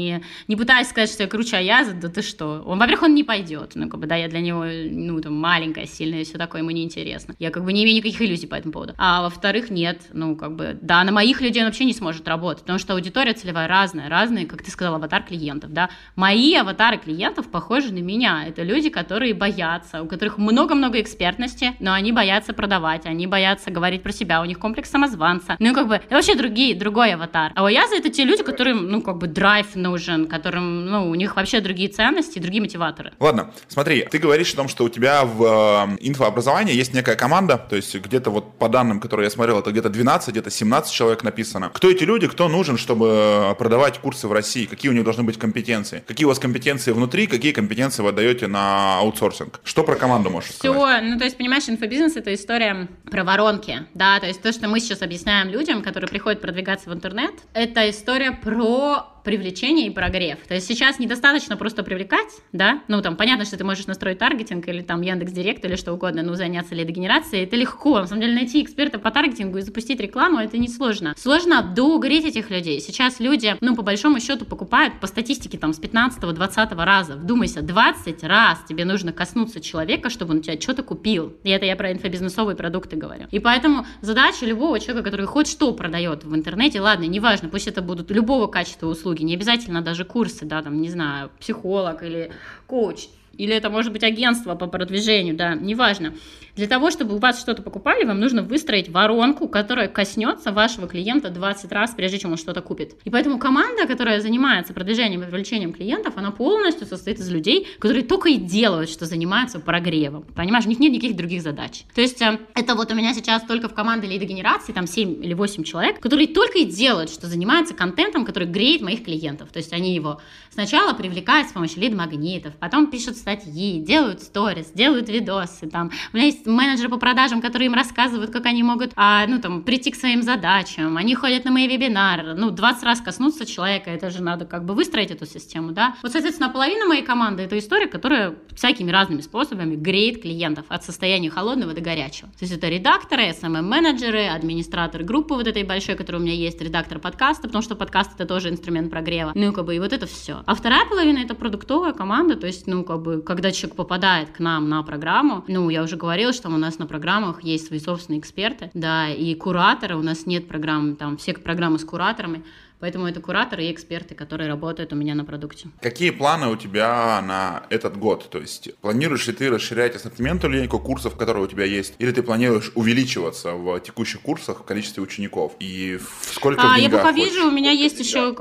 не пытаюсь сказать, что я круче Аяза, да ты что? Во-первых, он не пойдет, я для него, маленькая, сильная и все такое, ему неинтересно. Я не имею никаких иллюзий по этому поводу. А во-вторых, нет, да, на моих людей он вообще не сможет работать, потому что аудитория целевая разные, как ты сказала, аватар клиентов, да. Мои аватары клиентов похожи на меня. Это люди, которые боятся, у которых много-много экспертности, но они боятся продавать, они боятся говорить про себя, у них комплекс самозванца. Это вообще другой аватар. А у Аяза это те люди, которым, драйв нужен, которым, у них вообще другие ценности, другие мотиваторы. Ладно, смотри, ты говоришь о том, что у тебя в инфообразовании есть некая команда, то есть где-то по данным, которые я смотрел, это где-то 12, где-то 17 человек написано. Кто эти люди, кто нужен, чтобы продавать курсы в России? Какие у них должны быть компетенции? Какие у вас компетенции внутри, какие компетенции вы отдаете на аутсорсинг? Что про команду можешь сказать? Все, то есть, понимаешь, инфобизнес — это история про воронки, да, то есть то, что мы сейчас объясняем людям, которые приходят продвигаться в интернет, это история про привлечение и прогрев. То есть сейчас недостаточно просто привлекать, да, понятно, что ты можешь настроить таргетинг или Яндекс.Директ или что угодно, заняться лидогенерацией, это легко, на самом деле найти эксперта по таргетингу и запустить рекламу, это не сложно. Сложно доугреть этих людей. Сейчас люди, по большому счету покупают по статистике с 15-20 раза. Вдумайся, 20 раз тебе нужно коснуться человека, чтобы он у тебя что-то купил. И это я про инфобизнесовые продукты говорю. И поэтому задача любого человека, который хоть что продает в интернете, ладно, неважно, пусть это будут любого качества услуги, не обязательно даже курсы, да, не знаю, психолог или коуч, или это может быть агентство по продвижению, да, неважно. Для того, чтобы у вас что-то покупали, вам нужно выстроить воронку, которая коснется вашего клиента 20 раз, прежде чем он что-то купит. И поэтому команда, которая занимается продвижением и привлечением клиентов, она полностью состоит из людей, которые только и делают, что занимаются прогревом. Понимаешь, у них нет никаких других задач. То есть это у меня сейчас только в команде лидогенерации, 7 или 8 человек, которые только и делают, что занимаются контентом, который греет моих клиентов. То есть они его сначала привлекают с помощью лид-магнитов, потом пишут статьи, делают сторис, делают видосы. У меня есть менеджеры по продажам, которые им рассказывают, как они могут прийти к своим задачам. Они ходят на мои вебинары. 20 раз коснуться человека, это же надо выстроить эту систему, да. Соответственно, половина моей команды — это история, которая всякими разными способами греет клиентов от состояния холодного до горячего. То есть это редакторы, SMM-менеджеры, администратор группы этой большой, которая у меня есть, редактор подкаста, потому что подкаст — это тоже инструмент прогрева. И это все. А вторая половина — это продуктовая команда, то есть, когда человек попадает к нам на программу, я уже говорила, что у нас на программах есть свои собственные эксперты, да, и кураторы, у нас нет программ, все программы с кураторами, поэтому это кураторы и эксперты, которые работают у меня на продукте. Какие планы у тебя на этот год? То есть планируешь ли ты расширять ассортиментную линейку курсов, которые у тебя есть, или ты планируешь увеличиваться в текущих курсах в количестве учеников? И сколько в деньгах я пока вижу, у меня есть еще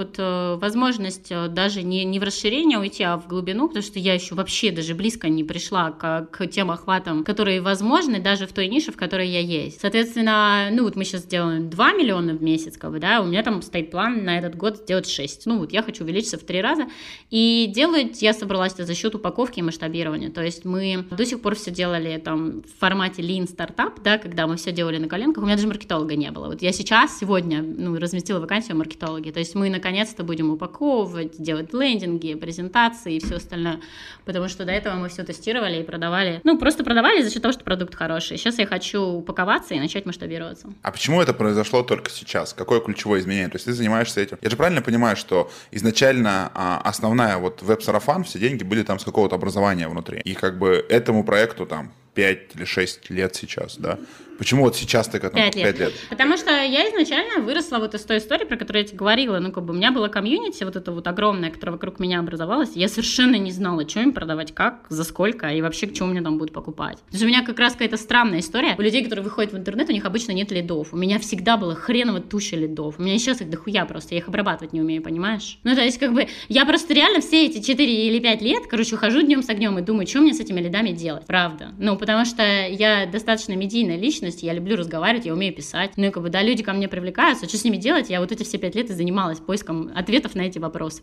возможность даже не в расширение уйти, а в глубину, потому что я еще вообще даже близко не пришла к тем охватам, которые возможны даже в той нише, в которой я есть. Соответственно, мы сейчас делаем 2 миллиона в месяц, да, у меня там стоит стоит план на этот год сделать 6. Ну вот я хочу увеличиться в 3 раза. И делать я собралась это за счет упаковки и масштабирования. То есть мы до сих пор все делали там в формате Lean Startup, да, когда мы все делали на коленках. У меня даже маркетолога не было. Вот я сегодня разместила вакансию в маркетологе. То есть мы наконец-то будем упаковывать, делать лендинги, презентации и все остальное. Потому что до этого мы все тестировали и продавали. Просто продавали за счет того, что продукт хороший. Сейчас я хочу упаковаться и начать масштабироваться. А почему это произошло только сейчас? Какое ключевое изменение? То есть ты занимаешься этим. Я же правильно понимаю, что изначально основная веб-сарафан, все деньги были там с какого-то образования внутри. И этому проекту там 5 или 6 лет сейчас, да? Почему вот сейчас ты к этому 5 лет? Потому что я изначально выросла из той истории, про которую я тебе говорила. У меня было комьюнити это огромное, которое вокруг меня образовалось. Я совершенно не знала, что им продавать, как, за сколько и вообще, к чему мне там будут покупать. То есть у меня как раз какая-то странная история. У людей, которые выходят в интернет, у них обычно нет лидов. У меня всегда было хреново туча лидов. У меня сейчас их дохуя просто, я их обрабатывать не умею, понимаешь? То есть я просто реально все эти 4 или 5 лет, хожу днем с огнем и думаю, что мне с этими лидами делать, правда. Потому что я достаточно медийная личность, я люблю разговаривать, я умею писать. Люди ко мне привлекаются, что с ними делать? Я эти все 5 лет и занималась поиском ответов на эти вопросы.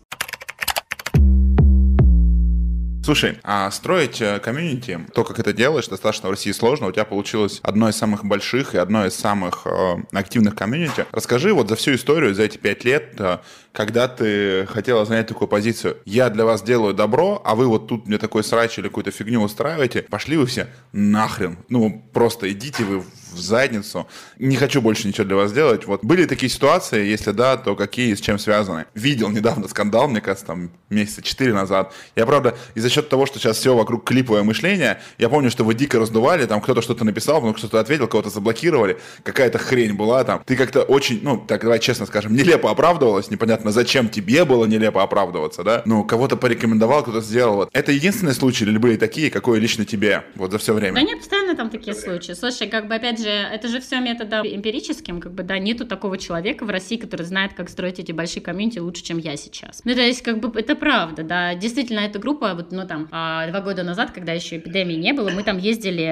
Слушай, а строить комьюнити, то, как это делаешь, достаточно в России сложно. У тебя получилось одно из самых больших и одно из самых активных комьюнити. Расскажи за всю историю, за эти 5 лет, когда ты хотела занять такую позицию. Я для вас делаю добро, а вы тут мне такой срач или какую-то фигню устраиваете. Пошли вы все нахрен. Просто идите вы в задницу. Не хочу больше ничего для вас делать. Были такие ситуации? Если да, то какие и с чем связаны? Видел недавно скандал, мне кажется, месяца 4 назад. Я, правда, из-за счет того, что сейчас все вокруг клиповое мышление, я помню, что вы дико раздували, там кто-то что-то написал, потом кто-то ответил, кого-то заблокировали, какая-то хрень была там. Ты как-то очень, давай честно скажем, нелепо оправдывалась, непонятно, зачем тебе было нелепо оправдываться, да? Кого-то порекомендовал, кто-то сделал. Это единственный случай или были такие, какой лично тебе за все время? Да нет, постоянно там такие случаи. Слушай, опять же, это же все методом эмпирическим, нету такого человека в России, который знает, как строить эти большие комьюнити лучше, чем я сейчас. То есть, это правда, да. Действительно, эта группа, 2 года назад, когда еще эпидемии не было, мы там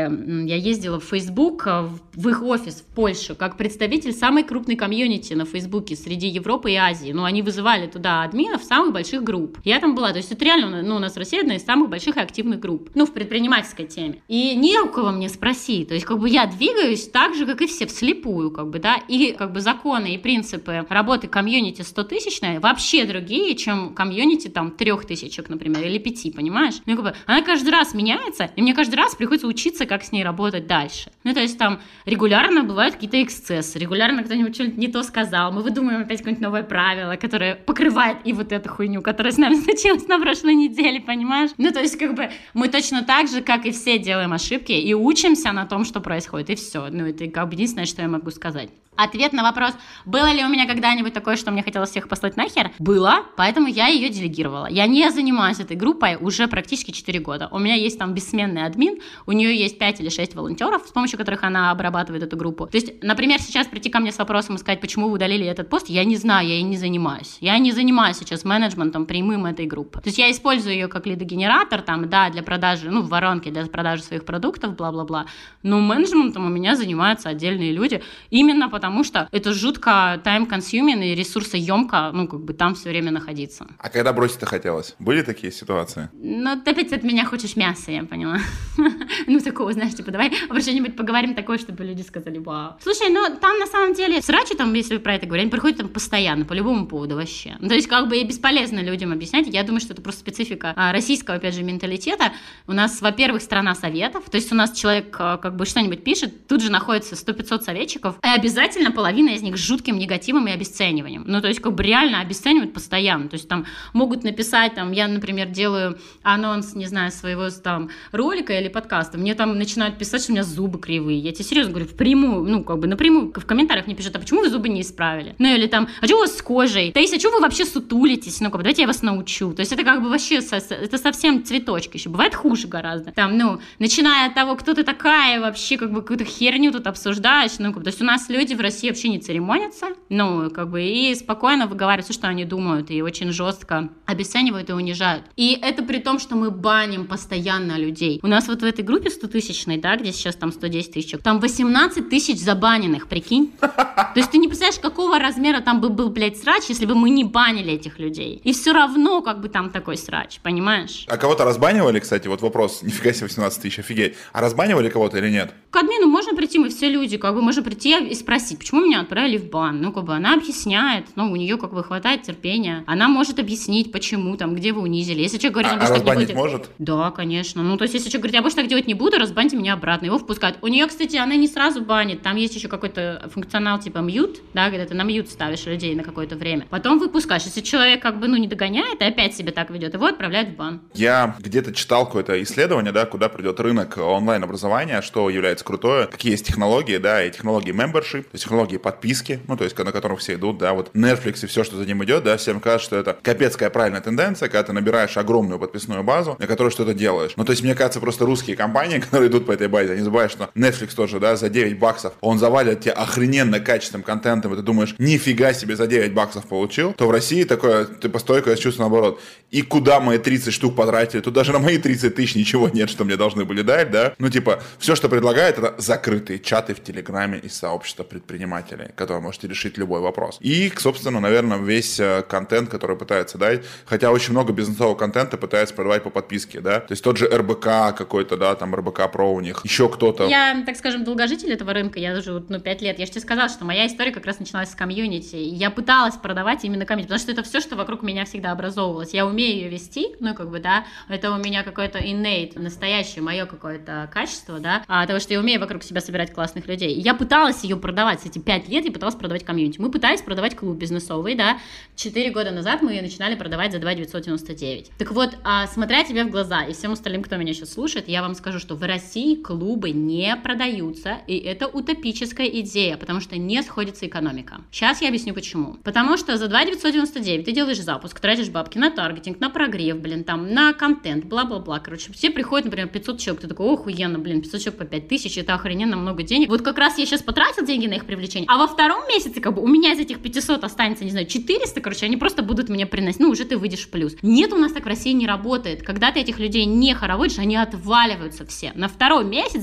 я ездила в Facebook, в их офис в Польшу, как представитель самой крупной комьюнити на Фейсбуке среди Европы и Азии. Они вызывали туда админов самых больших групп. Я там была, то есть это реально, у нас в России одна из самых больших и активных групп, в предпринимательской теме. И не у кого мне спросить, то есть я двигаюсь так же, как и все, вслепую, да, и законы и принципы работы комьюнити 100-тысячной вообще другие, чем комьюнити 3 например, или 5, понимаешь? Она каждый раз меняется, и мне каждый раз приходится учиться, как с ней работать дальше. То есть регулярно бывают какие-то эксцессы, регулярно кто-нибудь что-нибудь не то сказал, мы выдумываем опять какое-нибудь новое правило, которое покрывает и эту хуйню, которая с нами случилась на прошлой неделе, понимаешь? То есть мы точно так же, как и все, делаем ошибки и учимся на том, что происходит, и все. Это единственное, что я могу сказать. Ответ на вопрос, было ли у меня когда-нибудь такое, что мне хотелось всех послать нахер? Было, поэтому я ее делегировала. Я не занимаюсь этой группой уже практически 4 года. У меня есть там бессменный админ, у нее есть 5 или 6 волонтеров, с помощью которых она обрабатывает эту группу. То есть, например, сейчас прийти ко мне с вопросом и сказать, почему вы удалили этот пост, я не знаю, я ей не занимаюсь. Я не занимаюсь сейчас менеджментом прямым этой группы. То есть я использую ее как лидогенератор, для продажи, в воронке для продажи своих продуктов, бла-бла-бла. Но менеджментом у меня занимаются отдельные люди, именно потому что это жутко time-consuming и ресурсоемко, там все время находиться. А когда бросить-то хотелось? Были такие ситуации? Ты опять от меня хочешь мяса, я поняла. Такого, знаешь, давай про что-нибудь поговорим такое, чтобы люди сказали, вау. Слушай, там на самом деле срачи, если вы про это говорите, они приходят постоянно, по любому поводу вообще. То есть и бесполезно людям объяснять. Я думаю, что это просто специфика российского, опять же, менталитета. У нас, во-первых, страна советов, то есть у нас человек что-нибудь пишет, тут же находится 100-500 советчиков, и обязательно половина из них с жутким негативом и обесцениванием. То есть реально обесценивают постоянно. То есть могут написать, я, например, делаю анонс, не знаю, своего ролика или подкаста, мне начинают писать, что у меня зубы кривые. Я тебе серьезно говорю, впрямую, напрямую в комментариях мне пишут, а почему вы зубы не исправили? Или а что у вас с кожей? Таисия, а что вы вообще сутулитесь? Давайте я вас научу. То есть это вообще, это совсем цветочки еще. Бывает хуже гораздо. Начиная от того, кто ты такая, вообще какую-то херню тут обсуждаешь. То есть у нас люди в России вообще не церемонятся, ну, как бы, и спокойно выговаривают все, что они думают, и очень жестко обесценивают и унижают. И это при том, что мы баним постоянно людей. У нас вот в этой группе 100-тысячной, да, где сейчас там 110 тысяч, там 18 тысяч забаненных, прикинь? То есть ты не представляешь, какого размера там бы был, блядь, срач, если бы мы не банили этих людей. И все равно, как бы, там такой срач, понимаешь? А кого-то разбанивали, кстати, вот вопрос, нифига себе 18 тысяч, офигеть. А разбанивали кого-то или нет? К админу можно прийти, мы все люди, как бы, можно прийти и спросить, почему меня отправили в бан. Ну, как бы, она объясняет, ну, у нее, как бы, хватает терпения. Она может объяснить, почему, там, где вы унизили. Если человек говорит, а разбанить может? Да, конечно. Ну, то есть, если человек говорит, я больше так делать не буду, разбаньте меня обратно, его впускают. У нее, кстати, она не сразу банит, там есть еще какой-то функционал типа мьют, да, когда ты на мьют ставишь людей на какое-то время. Потом выпускаешь. Если человек, как бы, ну, не догоняет и опять себя так ведет, его отправляют в бан. Я где-то читал какое-то исследование, да, куда придет рынок онлайн-образования, что является крутое, какие есть технологии, да, и технологии membership, то есть технологии подписки, ну, то есть на которых все идут, да, вот Netflix и все, что за ним идет, да, всем кажется, что это капецкая правильная тенденция, когда ты набираешь огромную подписную базу, на которой что-то делаешь. Ну, то есть, мне кажется, просто русские компании, которые идут по этой базе, они забывают, что Netflix тоже, да, за $9 он завалит тебе охрененно качественным контентом, и ты думаешь, нифига себе за $9 получил, то в России такое, ты постойко чувствуешь наоборот. И куда мои 30 штук потратили? Тут даже на мои 30 тысяч ничего нет, что мне должны были дать, да? Ну, типа, все, что предлагает, это закрытые чаты в Телеграме из сообщества предпринимателей, которые можете решить любой вопрос. И, собственно, наверное, весь контент, который пытается дать, хотя очень много бизнесового контента пытается продавать по подписке, да? То есть тот же РБК какой-то, да, там РБК Про у них, еще кто-то. Я, так скажем, долгожитель этого рынка, я уже, 5 лет. Я же тебе сказала, что моя история как раз началась с комьюнити. Я пыталась продавать именно комьюнити, потому что это все, что вокруг меня всегда образовывалось. Я умею ее вести, ну, как бы, да, это у меня какое-то innate, настоящее мое какое-то качество, да, того, что я умею вокруг себя собирать классных людей. Я пыталась ее продавать, эти 5 лет я пыталась продавать комьюнити. Мы пытались продавать клуб бизнесовый, да, 4 года назад мы ее начинали продавать за 2 999. Так вот, смотря тебе в глаза и всем остальным, кто меня сейчас слушает, я вам скажу, что в России клубы не продаются, и это утопическая идея, потому что не сходится экономика. Сейчас я объясню почему. Потому что за 2 999 ты делаешь запуск, тратишь бабки на таргетинг, на прогрев, там, на контент, бла-бла-бла. Короче, все приходят, например, 500 человек, ты такой, охуенно, 500 человек по 5000, это охрененно много денег. Вот как раз я сейчас потратил деньги на их привлечение, а во втором месяце, как бы, у меня из этих 500 останется, не знаю, 400, короче, они просто будут мне приносить, ну, уже ты выйдешь в плюс. Нет, у нас так в России не работает. Когда ты этих людей не хороводишь, они отваливаются все. На второй месяц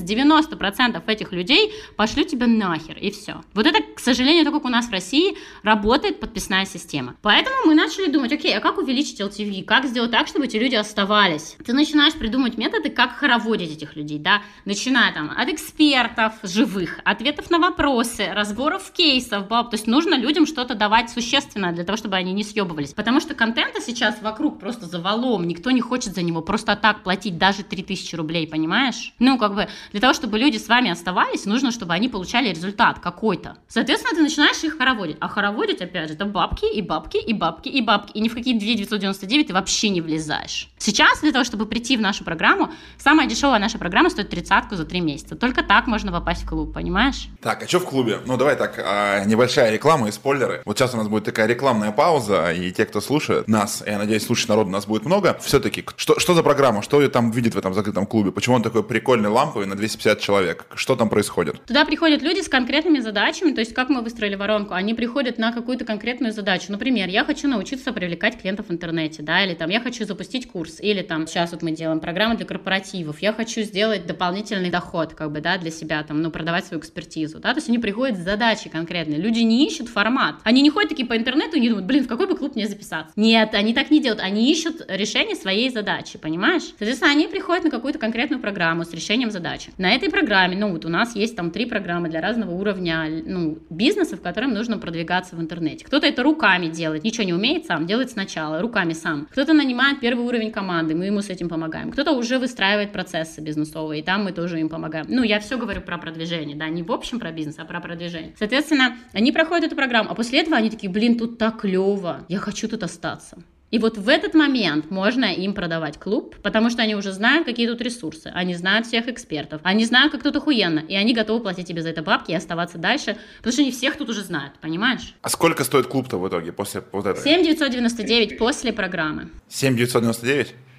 90% этих людей пошлют тебя нахер, и все. Вот это, к сожалению, то, как у нас в России работает подписная система. Поэтому мы начали думать, окей, а как увеличить LTV? Как сделать так, чтобы эти люди оставались? Ты начинаешь придумывать методы, как хороводить этих людей, да, начиная там от экспертов живых, ответов на вопросы, разборов кейсов, то есть нужно людям что-то давать существенное для того, чтобы они не съебывались. Потому что контента сейчас вокруг просто завалом, никто не хочет за него просто так платить даже 3000 рублей, понимаешь? Ну, как бы, для того, чтобы люди с вами оставались, нужно, чтобы они получали результат какой-то. Соответственно, ты начинаешь их хороводить. А хороводить, опять же, это бабки, и бабки, и бабки, и бабки. И ни в какие 2 999 ты вообще не влезаешь. Сейчас для того, чтобы прийти в нашу программу, самая дешевая наша программа стоит 30-ку за 3 месяца. Только так можно попасть в клуб, понимаешь? Так, а что в клубе? Ну, давай так, небольшая реклама и спойлеры. Вот сейчас у нас будет такая рекламная пауза, и те, кто слушает нас, я надеюсь, слушать народу нас будет много, все-таки, что за программа? Что там видит в этом закрытом клубе? Почему он такой прикольный, ламповый, на 250 человек? Что там происходит? Туда приходят люди с конкретными задачами, то есть как мы выстроили воронку, они приходят на какую-то конкретную задачу. Например, я хочу научиться привлекать клиентов в интернете, да, или там я хочу запустить курс, или там сейчас вот мы делаем программу для корпоративов, я хочу сделать дополнительный доход, как бы, да, для себя, там, ну, продавать свою экспертизу, да, то есть они приходят с задачей конкретной. Люди не ищут формат, они не ходят такие по интернету и не думают, в какой бы клуб мне записаться. Нет, они так не делают, они ищут решение своей задачи, понимаешь? Соответственно, они приходят на какую-то конкретную программу с решением задачи. На этой программе, ну, вот у нас есть там 3 программы для разного уровня, ну, бизнесов, которым нужно продвигаться в интернете. Кто-то это руками делает, ничего не умеет сам, делает сначала, руками сам. Кто-то нанимает первый уровень команды, мы ему с этим помогаем. Кто-то уже выстраивает процессы бизнесовые, и там мы тоже им помогаем. Ну, я все говорю про продвижение, да, не в общем про бизнес, а про продвижение. Соответственно, они проходят эту программу, а после этого они такие, тут так клево, я хочу тут остаться. И вот в этот момент можно им продавать клуб, потому что они уже знают, какие тут ресурсы, они знают всех экспертов, они знают, как тут охуенно, и они готовы платить тебе за это бабки и оставаться дальше, потому что они всех тут уже знают, понимаешь? А сколько стоит клуб-то в итоге после вот этого? 7 999 после программы. 7 999?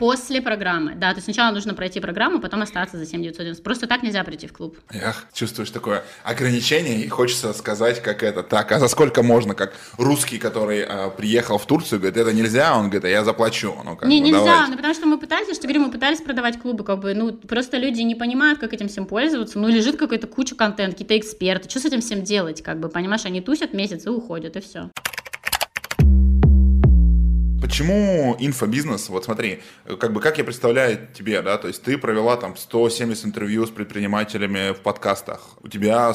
После программы, да, то есть сначала нужно пройти программу, потом остаться за 7 990. Просто так нельзя прийти в клуб. Эх, чувствуешь такое ограничение, и хочется сказать, как это, так, а за сколько можно, как русский, который приехал в Турцию, говорит, это нельзя, он говорит, а я заплачу. Ну, как нельзя, давайте. ну потому что мы пытались, что говорю, мы пытались продавать клубы, как бы, ну, просто люди не понимают, как этим всем пользоваться, ну, лежит какая-то куча контента, какие-то эксперты, что с этим всем делать, как бы, понимаешь, они тусят месяц и уходят, и все. Почему инфобизнес? Вот смотри, как бы как я представляю тебе, да, то есть ты провела там 170 интервью с предпринимателями в подкастах, у тебя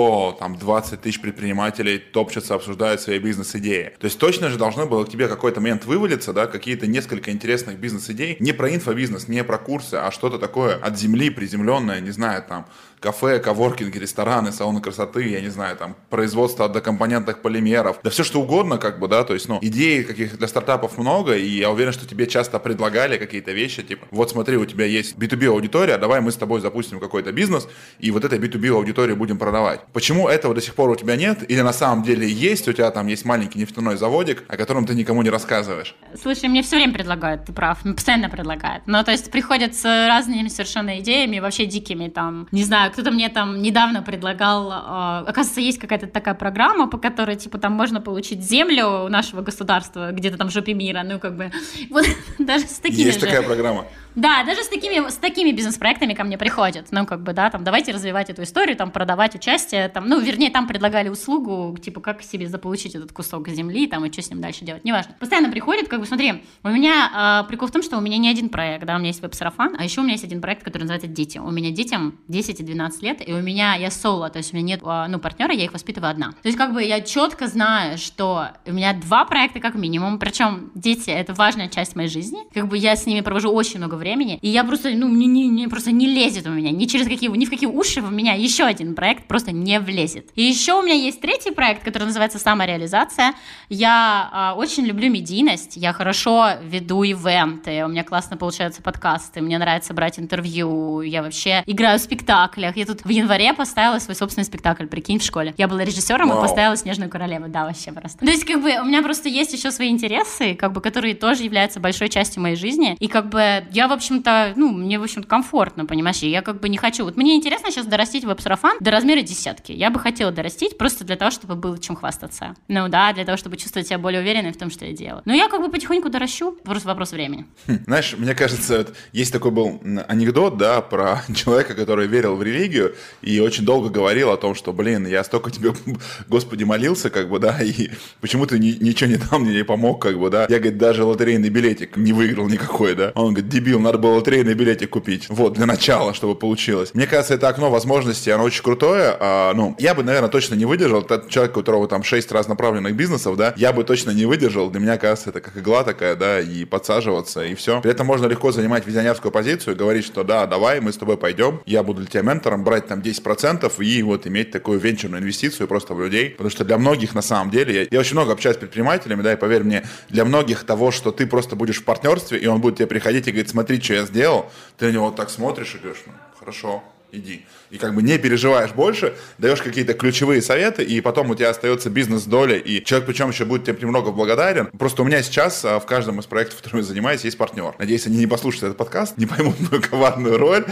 120 тысяч предпринимателей топчутся, обсуждают свои бизнес-идеи. То есть точно же должно было к тебе какой-то момент вывалиться, да, какие-то несколько интересных бизнес-идей, не про инфобизнес, не про курсы, а что-то такое от земли приземленное, не знаю, там, кафе, коворкинги, рестораны, салоны красоты, я не знаю, там, производство однокомпонентных полимеров, да все что угодно, как бы, да, то есть, ну, идей каких для стартапов много, и я уверен, что тебе часто предлагали какие-то вещи, типа, вот смотри, у тебя есть B2B аудитория, давай мы с тобой запустим какой-то бизнес, и вот этой B2B аудитории будем продавать. Почему этого до сих пор у тебя нет? Или на самом деле есть, у тебя там есть маленький нефтяной заводик, о котором ты никому не рассказываешь? Слушай, мне все время предлагают, ты прав, постоянно предлагают. Ну, то есть приходят с разными совершенно идеями, вообще дикими, там, не знаю, кто-то мне там недавно предлагал, оказывается, есть какая-то такая программа, по которой, типа, там можно получить землю нашего государства, где-то там в жопе мира, ну, как бы, вот даже с такими Есть такая программа? Да, даже с такими бизнес-проектами ко мне приходят, ну, как бы, да, там, давайте развивать эту историю, там, продавать участие, там, ну, вернее, там предлагали услугу, типа, как себе заполучить этот кусок земли, там, и что с ним дальше делать, неважно. Постоянно приходят, как бы, смотри, у меня, прикол в том, что у меня не один проект, да, у меня есть веб-сарафан, а еще у меня есть один проект, который называется «Дети». У меня детям 10 и 12 лет, и я соло, то есть у меня нет, ну, партнера, я их воспитываю одна. То есть, как бы, я четко знаю, что у меня 2 проекта как минимум, причем дети — это важная часть моей жизни, как бы, я с ними провожу очень много времени, и я просто, ну, мне просто не лезет у меня, ни в какие уши в меня еще один проект просто не влезет. И еще у меня есть 3-й проект, который называется «Самореализация». Я очень люблю медийность, я хорошо веду ивенты, у меня классно получаются подкасты, мне нравится брать интервью, я вообще играю в спектаклях. Я тут в январе поставила свой собственный спектакль, прикинь, в школе. Я была режиссером и поставила «Снежную королеву», да, вообще просто. То есть, как бы, у меня просто есть еще свои интересы, как бы, которые тоже являются большой частью моей жизни, и, как бы, я, в общем-то, ну, мне, в общем-то, комфортно, понимаешь, и я, как бы, не хочу. Вот мне интересно сейчас дорастить веб-сарафан до размера 10. Я бы хотела дорастить просто для того, чтобы было чем хвастаться. Ну, да, для того, чтобы чувствовать себя более уверенной в том, что я делаю. Но я, как бы, потихоньку доращу, просто вопрос времени. Знаешь, мне кажется, вот есть такой был анекдот, да, про человека, который верил в религию и очень долго говорил о том, что, блин, я столько тебе, Господи, молился, как бы, да, и почему ты ничего не дал мне, не помог, как бы, да. Я, говорит, даже лотерейный билетик не выиграл никакой, да. Он говорит, дебил, надо было лотерейный билетик купить, вот, для начала, чтобы получилось. Мне кажется, это окно возможностей, оно очень крутое, ну, я бы, наверное, точно не выдержал, тот человек, у которого там 6 разнонаправленных бизнесов, да, я бы точно не выдержал, для меня, кажется, это как игла такая, да, и подсаживаться, и все. При этом можно легко занимать визионерскую позицию, говорить, что да, давай, мы с тобой пойдем, я буду для тебя ментором, брать там 10% и вот иметь такую венчурную инвестицию просто в людей, потому что для многих, на самом деле, я очень много общаюсь с предпринимателями, да, и поверь мне, для многих того, что ты просто будешь в партнерстве, и он будет тебе приходить и говорить, смотри, что я сделал, ты на него вот так смотришь и говоришь, ну, хорошо, иди. И как бы не переживаешь больше, даешь какие-то ключевые советы, и потом у тебя остается бизнес-доля, и человек, причем еще будет тебе премного благодарен. Просто у меня сейчас в каждом из проектов, которым я занимаюсь, есть партнер. Надеюсь, они не послушают этот подкаст, не поймут мою коварную роль,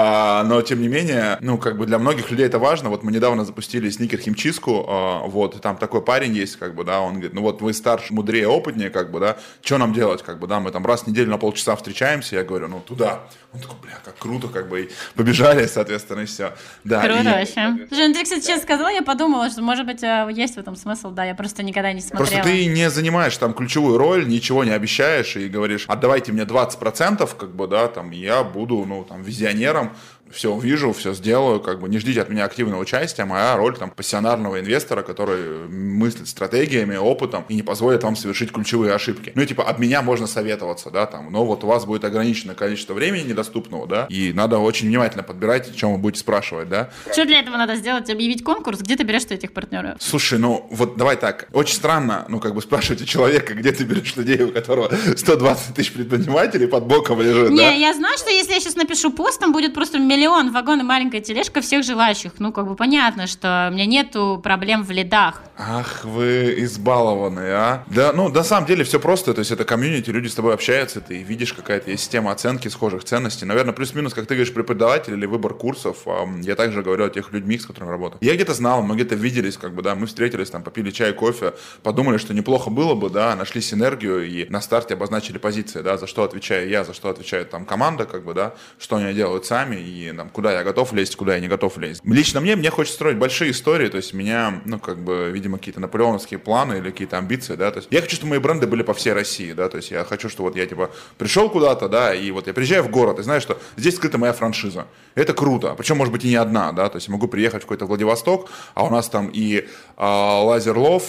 но тем не менее, ну, как бы для многих людей это важно. Вот мы недавно запустили сникер-химчистку, вот, и там такой парень есть, как бы, да, он говорит, ну вот вы старше, мудрее, опытнее, как бы, да, что нам делать, как бы, да, мы там раз в неделю на полчаса встречаемся, я говорю, ну, туда. Он такой, бля, как круто, как бы, и побежали, соответственно, и все. Да, круто вообще. Слушай, ну ты, кстати, сейчас сказала, я подумала, что, может быть, есть в этом смысл, да, я просто никогда не смотрела. Просто ты не занимаешь там ключевую роль, ничего не обещаешь и говоришь, отдавайте мне 20%, как бы, да, там, я буду, ну, там, визионером, все увижу, все сделаю, как бы не ждите от меня активного участия, моя роль там пассионарного инвестора, который мыслит стратегиями, опытом и не позволит вам совершить ключевые ошибки. Ну и типа от меня можно советоваться, да, там, но вот у вас будет ограниченное количество времени недоступного, да, и надо очень внимательно подбирать, о чем вы будете спрашивать, да. Что для этого надо сделать? Объявить конкурс? Где ты берешь этих партнеров? Слушай, ну вот давай так, очень странно, ну как бы спрашивать у человека, где ты берешь людей, у которого 120 тысяч предпринимателей под боком лежит, не, да? я знаю, что если я сейчас напишу пост, там будет просто миллион вагон и маленькая тележка всех желающих. Ну, как бы понятно, что у меня нету проблем в лидах. Ах, вы избалованные, а? Да, ну, на самом деле все просто, то есть это комьюнити, люди с тобой общаются, ты видишь, какая-то есть система оценки схожих ценностей. Наверное, плюс-минус, как ты говоришь, преподаватель или выбор курсов, я также говорю о тех людьми, с которыми работаю. Я где-то знал, мы где-то виделись, как бы, да, мы встретились, там, попили чай, кофе, подумали, что неплохо было бы, да, нашли синергию и на старте обозначили позиции, да, за что отвечаю я, за что отвечает там команда, как бы, да, что они делают сами и там, куда я готов лезть, куда я не готов лезть. Лично мне хочется строить большие истории, то есть меня, ну, как бы, видимо, какие-то наполеоновские планы или какие-то амбиции, да, то есть я хочу, чтобы мои бренды были по всей России, да, то есть я хочу, что вот я, типа, пришел куда-то, да, и вот я приезжаю в город, и знаю, что здесь скрыта моя франшиза. Это круто, причем, может быть, и не одна, да, то есть я могу приехать в какой-то Владивосток, а у нас там и Лазерлов,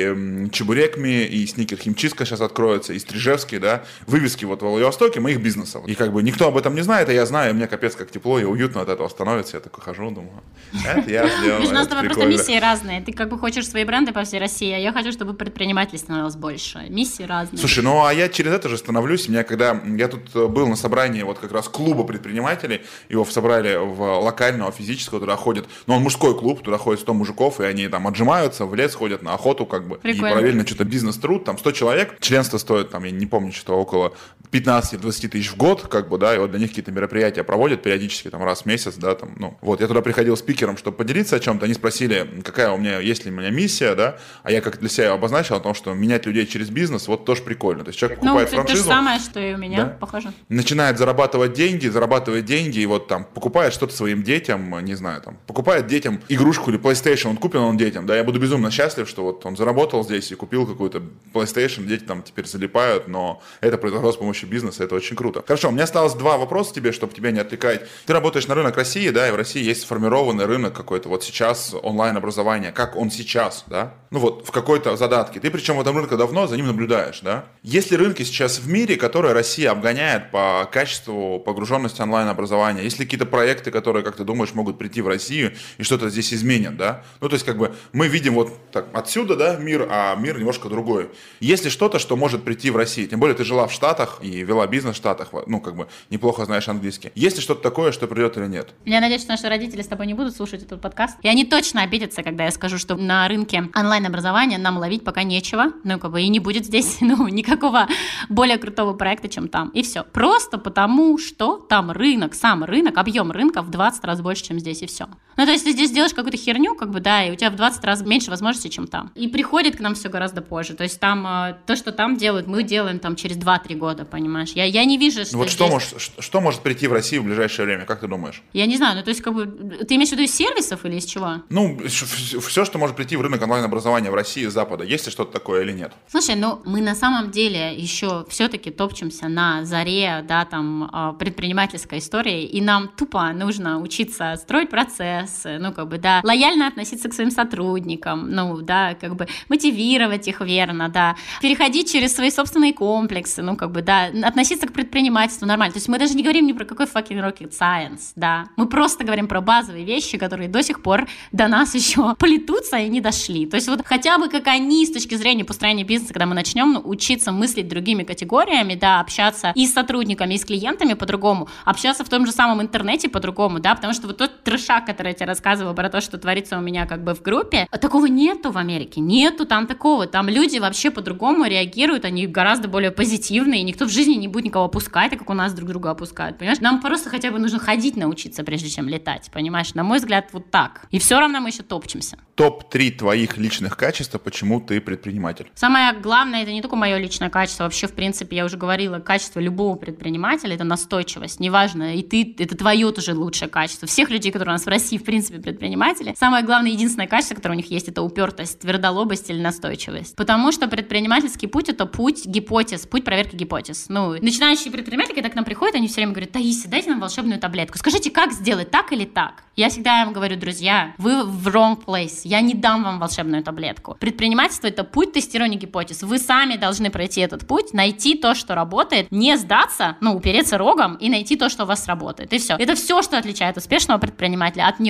и Чебурекми, и Сникер Химчистка сейчас откроется, и Стрижевский, да, вывески вот в Владивостоке моих бизнесов. И как бы никто об этом не знает, а я знаю, и мне капец как тепло и уютно от этого становится. Я такой хожу, думаю, это я сделал, у нас с тобой просто миссии разные. Ты как бы хочешь свои бренды по всей России, а я хочу, чтобы предпринимателей становилось больше. Миссии разные. Слушай, ну а я через это же становлюсь. Я тут был на собрании вот как раз клуба предпринимателей, его собрали в локального физического, туда ходят, ну он мужской клуб, туда ходит 100 мужиков, и они там отжимаются, в лес ходят на охоту, как бы, прикольно. И параллельно что-то бизнес-труд, там 100 человек, членство стоит, там, я не помню, что около 15-20 тысяч в год, как бы, да, и вот для них какие-то мероприятия проводят периодически, там, раз в месяц, да, там, ну, вот, я туда приходил спикером, чтобы поделиться о чем-то, они спросили, есть ли у меня миссия, да, а я как для себя обозначил о том, что менять людей через бизнес, вот, тоже прикольно, то есть человек покупает франшизу. То же самое, что и у меня, да? Похоже. Начинает зарабатывать деньги, и вот там покупает что-то своим детям, не знаю, там, покупает детям игрушку или PlayStation, он купил он детям, да, я буду безумно счастлив, что вот он заработал здесь и купил какую-то PlayStation, дети там теперь залипают, но это произошло с помощью бизнеса, это очень круто. Хорошо, у меня осталось 2 вопроса тебе, чтобы тебя не отвлекать. Ты работаешь на рынок России, да, и в России есть сформированный рынок какой-то вот сейчас онлайн-образования, как он сейчас, да, ну вот в какой-то задатке. Ты причем в этом рынке давно за ним наблюдаешь, да. Есть ли рынки сейчас в мире, которые Россия обгоняет по качеству погруженности онлайн-образования? Есть ли какие-то проекты, которые, как ты думаешь, могут прийти в Россию и что-то здесь изменят, да? Ну, то есть, как бы, мы видим вот так отсюда, да, мир, а мир немножко другой. Есть ли что-то, что может прийти в Россию? Тем более, ты жила в Штатах и вела бизнес в Штатах, ну, как бы, неплохо знаешь английский. Есть ли что-то такое, что придет или нет? Я надеюсь, что наши родители с тобой не будут слушать этот подкаст. И они точно обидятся, когда я скажу, что на рынке онлайн-образования нам ловить пока нечего. Ну, как бы, и не будет здесь, ну, никакого более крутого проекта, чем там. И все. Просто потому, что там рынок, сам рынок, объем рынка в 20 раз больше, чем здесь, и все. Ну, то есть ты здесь делаешь какую-то херню, как бы, да, и у тебя в 20 раз меньше возможностей, чем там. И приходит к нам все гораздо позже. То есть там, то, что там делают, мы делаем там через 2-3 года, понимаешь? Я не вижу, что вот здесь... что может прийти в Россию в ближайшее время, как ты думаешь? Я не знаю, ну, то есть, как бы, ты имеешь в виду из сервисов или из чего? Ну, все, что может прийти в рынок онлайн-образования в России с Запада, есть ли что-то такое или нет? Слушай, ну, мы на самом деле еще все-таки топчемся на заре, да, там, предпринимательской истории, и нам тупо нужно учиться строить процессы, ну, как бы, да, лояльно относиться к своим сотрудникам, ну, да, как бы, мотивировать их верно, да, переходить через свои собственные комплексы, ну, как бы, да, относиться к предпринимательству нормально. То есть мы даже не говорим ни про какой fucking rocket science, да, мы просто говорим про базовые вещи, которые до сих пор до нас еще плетутся и не дошли. То есть вот хотя бы как они с точки зрения построения бизнеса, когда мы начнем учиться мыслить другими категориями, да, общаться и с сотрудниками, и с клиентами по-другому, общаться в том же самом интернете по-другому, да, потому что вот тот трешак, который я тебе рассказывала про то, что творится у меня как бы в группе, такого нету в Америке, нету там такого, там люди вообще по-другому реагируют, они гораздо более позитивные, никто в жизни не будет никого опускать, как у нас друг друга опускают, понимаешь? Нам просто хотя бы нужно ходить научиться, прежде чем летать, понимаешь? На мой взгляд, вот так. И все равно мы еще топчемся. Топ-3 твоих личных качеств, почему ты предприниматель? Самое главное, это не только мое личное качество, вообще, в принципе, я уже говорила, качество любого предпринимателя — это настойчивость, неважно, и ты, это твое тоже лучшее качество. Всех людей, которые у нас в России, в принципе, предприниматели, самое главное, единственное качество, которое у них есть, это упертость, твердолобость или настойчивость. Потому что предпринимательский путь — это путь гипотез, путь проверки гипотез. Ну, начинающие предприниматели, когда к нам приходят, они все время говорят: Таисия, дайте нам волшебную таблетку, скажите, как сделать так или так? Я всегда им говорю: друзья, вы в wrong place, я не дам вам волшебную таблетку. Предпринимательство — это путь тестирования гипотез. Вы сами должны пройти этот путь, найти то, что работает, не сдаться, ну, упереться рогом и найти то, что у вас сработает. И все. Это все, что отличает успешного предпринимателя от не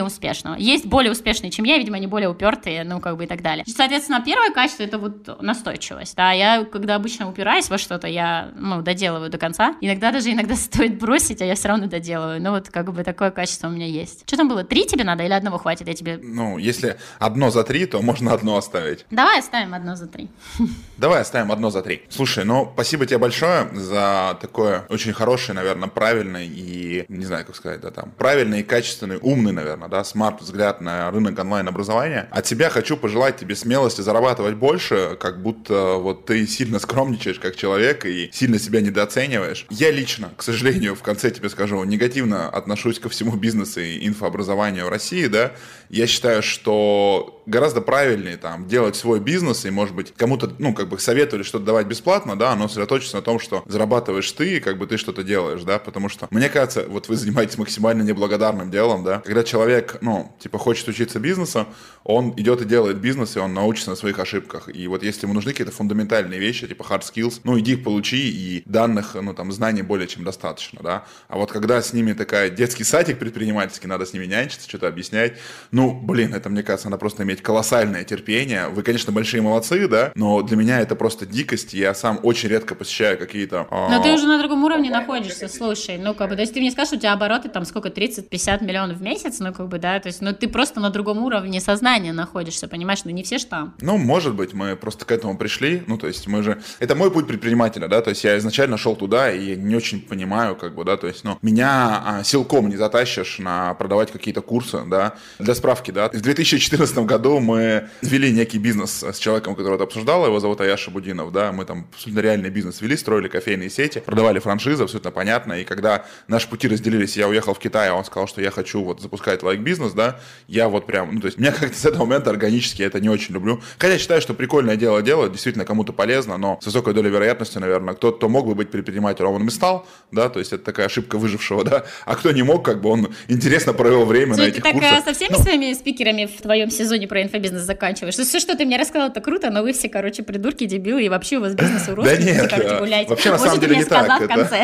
менее успешного. Есть более успешные, чем я, видимо, они более упертые, ну, как бы и так далее. Соответственно, первое качество — это вот настойчивость, да, я, когда обычно упираюсь во что-то, я, ну, доделываю до конца, иногда стоит бросить, а я все равно доделываю, ну, вот, как бы, такое качество у меня есть. Что там было, 3 тебе надо или одного хватит, я тебе... Ну, если одно за 3, то можно одно оставить. Давай оставим одно за 3. Давай оставим одно за 3. Слушай, ну, спасибо тебе большое за такое очень хорошее, наверное, правильное и, не знаю, как сказать, да, там, правильный и качественный, умный, наверное, да, смарт-взгляд на рынок онлайн-образования. От тебя хочу пожелать тебе смелости зарабатывать больше, как будто вот ты сильно скромничаешь как человек и сильно себя недооцениваешь. Я лично, к сожалению, в конце тебе скажу, негативно отношусь ко всему бизнесу и инфообразованию в России, да. Я считаю, что гораздо правильнее там делать свой бизнес и, может быть, кому-то, ну, как бы советовали что-то давать бесплатно, да, но сосредоточиться на том, что зарабатываешь ты, и как бы ты что-то делаешь, да, потому что, мне кажется, вот вы занимаетесь максимально неблагодарным делом, да, когда человек, ну, типа, хочет учиться бизнесу, он идет и делает бизнес, и он научится на своих ошибках, и вот если ему нужны какие-то фундаментальные вещи, типа hard skills, ну, иди их получи, и данных, ну, там, знаний более чем достаточно, да, а вот когда с ними такая детский садик предпринимательский, надо с ними нянчиться, что-то объяснять, ну, блин, это, мне кажется, надо просто иметь колоссальное терпение, вы, конечно, большие молодцы, да, но для меня это просто дикость, я сам очень редко посещаю какие-то... Но ты уже на другом уровне находишься, слушай, ну, как бы, то есть ты мне скажешь, у тебя обороты там сколько, 30-50 миллионов в месяц, ну, как бы, да, то есть, ну, ты просто на другом уровне сознания находишься, понимаешь, ну, не все ж там. Ну, может быть, мы просто к этому пришли, ну, то есть мы же... Это мой путь предпринимателя, да, то есть я изначально шел туда, и не очень понимаю, как бы, да, то есть, ну, меня силком не затащишь на продавать какие-то курсы, да. Для справки, да, в 2014 году мы вели некий бизнес с человеком, который это обсуждал, его зовут Аяша Будинов, да, мы там абсолютно реальный бизнес вели, строили кофейные сети, продавали франшизы, абсолютно понятно, и когда наши пути разделились, я уехал в Китай, а он сказал, что я хочу вот запускать лайк-бизнес, да, я вот прям, ну, то есть меня как-то с этого момента органически я это не очень люблю, хотя считаю, что прикольное дело делать, действительно кому-то полезно, но с высокой долей вероятности, наверное, кто-то, кто мог бы быть предпринимателем, он им стал, да, то есть это такая ошибка выжившего, да, а кто не мог, как бы он интересно провел время на этих курсах. Ты так со всеми своими спикерами в твоем сезоне про инфобизнес заканчиваешь? Все, что ты мне рассказал, это круто, но вы все, короче, придурки, дебилы, и вообще у вас бизнес уродский, да нет, короче, гуляйте. вообще на самом деле не так. В конце.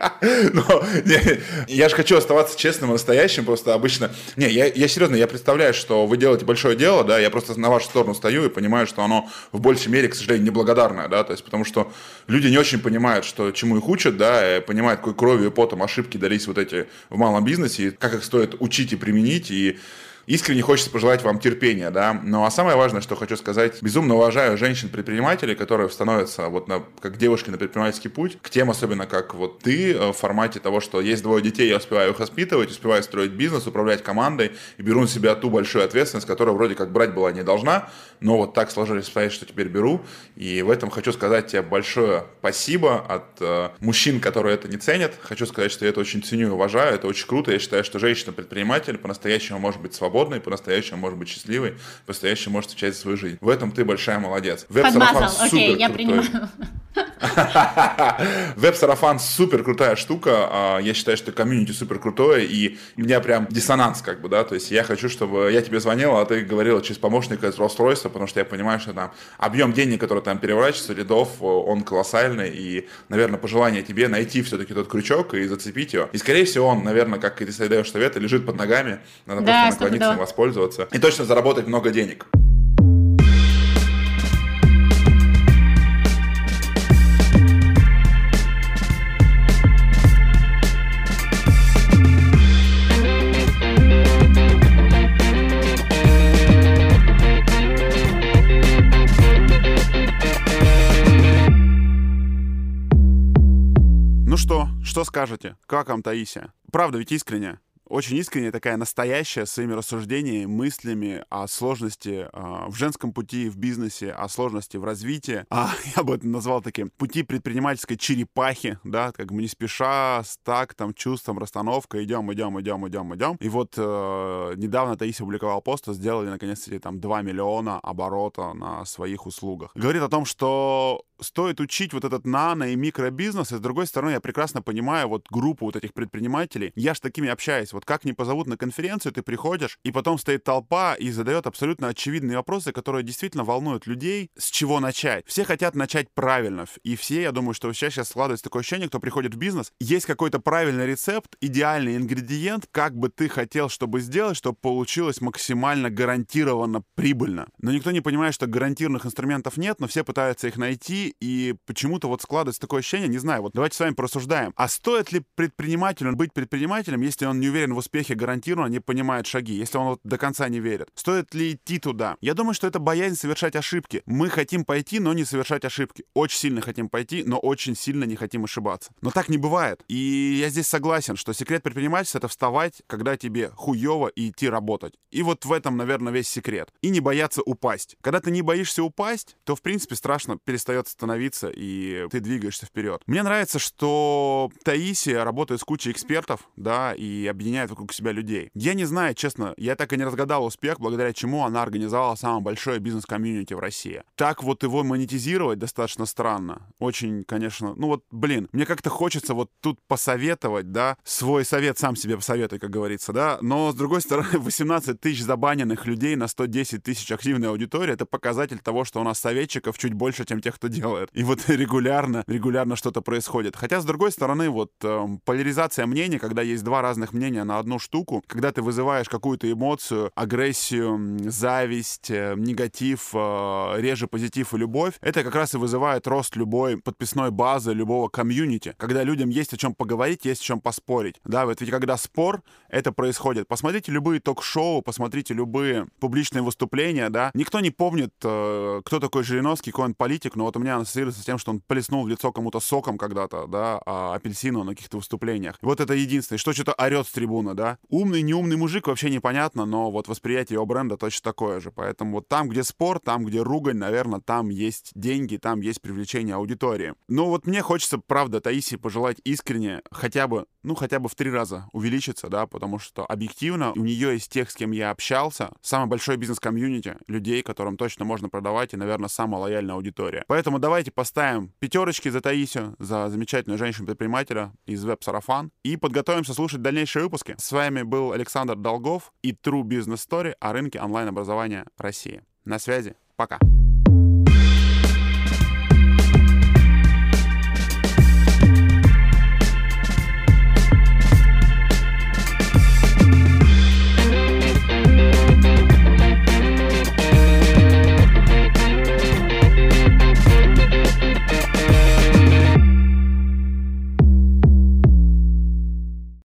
Я же хочу оставаться честным и настоящим, просто обычно... Не, я серьезно, я представляю, что вы делаете большое дело, да, я просто на вашу сторону стою и понимаю, что оно в большей мере, к сожалению, неблагодарное, да, то есть потому что люди не очень понимают, что чему их учат, да, понимают, какой кровью и потом ошибки дались вот эти в малом бизнесе, и как их стоит учить и применить, и искренне хочется пожелать вам терпения, да. Ну, а самое важное, что хочу сказать, безумно уважаю женщин-предпринимателей, которые становятся вот как девушки на предпринимательский путь, к тем, особенно как вот ты, в формате того, что есть 2 детей, я успеваю их воспитывать, успеваю строить бизнес, управлять командой и беру на себя ту большую ответственность, которую вроде как брать была не должна, но вот так сложились обстоятельства, что теперь беру. И в этом хочу сказать тебе большое спасибо от мужчин, которые это не ценят. Хочу сказать, что я это очень ценю и уважаю, это очень круто. Я считаю, что женщина-предприниматель по-настоящему может быть свободной, по-настоящему может быть счастливой, по-настоящему может встречать свою жизнь. В этом ты большая молодец. Подмазал, окей, я принимаю. Веб-сарафан супер крутая штука. Я считаю, что комьюнити супер крутое, и у меня прям диссонанс, как бы, да. То есть я хочу, чтобы я тебе звонил, а ты говорила через помощника из Rolls-Royce, потому что я понимаю, что там объем денег, который там переворачивается, лидов, он колоссальный, и, наверное, пожелание тебе найти все-таки тот крючок и зацепить его. И, скорее всего, он, наверное, как и ты даешь советы, лежит под ногами, надо просто наклониться и воспользоваться. И точно заработать много денег. Ну что скажете? Как вам, Таисия? Правда, ведь искренне. Очень искренне, такая настоящая, своими рассуждениями, мыслями о сложности в женском пути, в бизнесе, о сложности в развитии. Я бы это назвал таким пути предпринимательской черепахи, да, как бы не спеша, с тактом, чувством, расстановкой, идем. И вот недавно Таисия опубликовал пост, сделали наконец-то там 2 миллиона оборота на своих услугах. Говорит о том, что стоит учить вот этот нано- и микробизнес, и с другой стороны, я прекрасно понимаю вот группу вот этих предпринимателей. Я ж с такими общаюсь. Вот как не позовут на конференцию, ты приходишь, и потом стоит толпа и задает абсолютно очевидные вопросы, которые действительно волнуют людей. С чего начать? Все хотят начать правильно. И все, я думаю, что сейчас складывается такое ощущение, кто приходит в бизнес, есть какой-то правильный рецепт, идеальный ингредиент, как бы ты хотел, чтобы сделать, чтобы получилось максимально гарантированно прибыльно. Но никто не понимает, что гарантированных инструментов нет, но все пытаются их найти, и почему-то вот складывается такое ощущение, не знаю, вот давайте с вами порассуждаем. А стоит ли предпринимателю быть предпринимателем, если он не уверен в успехе гарантированно, не понимает шаги, если он вот до конца не верит? Стоит ли идти туда? Я думаю, что это боязнь совершать ошибки. Мы хотим пойти, но не совершать ошибки. Очень сильно хотим пойти, но очень сильно не хотим ошибаться. Но так не бывает. И я здесь согласен, что секрет предпринимательства — это вставать, когда тебе хуёво, и идти работать. И вот в этом, наверное, весь секрет. И не бояться упасть. Когда ты не боишься упасть, то, в принципе, страшно перестает становиться, и ты двигаешься вперед. Мне нравится, что Таисия работает с кучей экспертов, да, и объединяет вокруг себя людей. Я не знаю, честно, я так и не разгадал успех, благодаря чему она организовала самое большое бизнес-комьюнити в России. Так вот его монетизировать достаточно странно. Очень, конечно, ну вот, блин, мне как-то хочется вот тут посоветовать, да, свой совет сам себе посоветуй, как говорится, да, но, с другой стороны, 18 тысяч забаненных людей на 110 тысяч активной аудитории — это показатель того, что у нас советчиков чуть больше, чем тех, кто делает. И вот регулярно что-то происходит. Хотя, с другой стороны, вот поляризация мнений, когда есть два разных мнения на одну штуку, когда ты вызываешь какую-то эмоцию, агрессию, зависть, негатив, реже позитив и любовь, это как раз и вызывает рост любой подписной базы, любого комьюнити, когда людям есть о чем поговорить, есть о чем поспорить. Да, вот ведь когда спор, это происходит. Посмотрите любые ток-шоу, посмотрите любые публичные выступления, да. Никто не помнит, кто такой Жириновский, какой он политик, но вот у меня ассоциируется с тем, что он плеснул в лицо кому-то соком когда-то, да, апельсину на каких-то выступлениях. Вот это единственное, что-то орет с трибуны, да. Умный, неумный мужик вообще непонятно, но вот восприятие его бренда точно такое же. Поэтому вот там, где спор, там, где ругань, наверное, там есть деньги, там есть привлечение аудитории. Но вот мне хочется, правда, Таисии пожелать искренне хотя бы в 3 раза увеличиться, да, потому что объективно у нее есть тех, с кем я общался, самый большой бизнес-комьюнити людей, которым точно можно продавать, и, наверное, самая лояльная аудитория. Поэтому давайте поставим 5 за Таисию, за замечательную женщину-предпринимателя из веб-сарафан, и подготовимся слушать дальнейшие выпуски. С вами был Александр Долгов и True Business Story о рынке онлайн-образования России. На связи. Пока.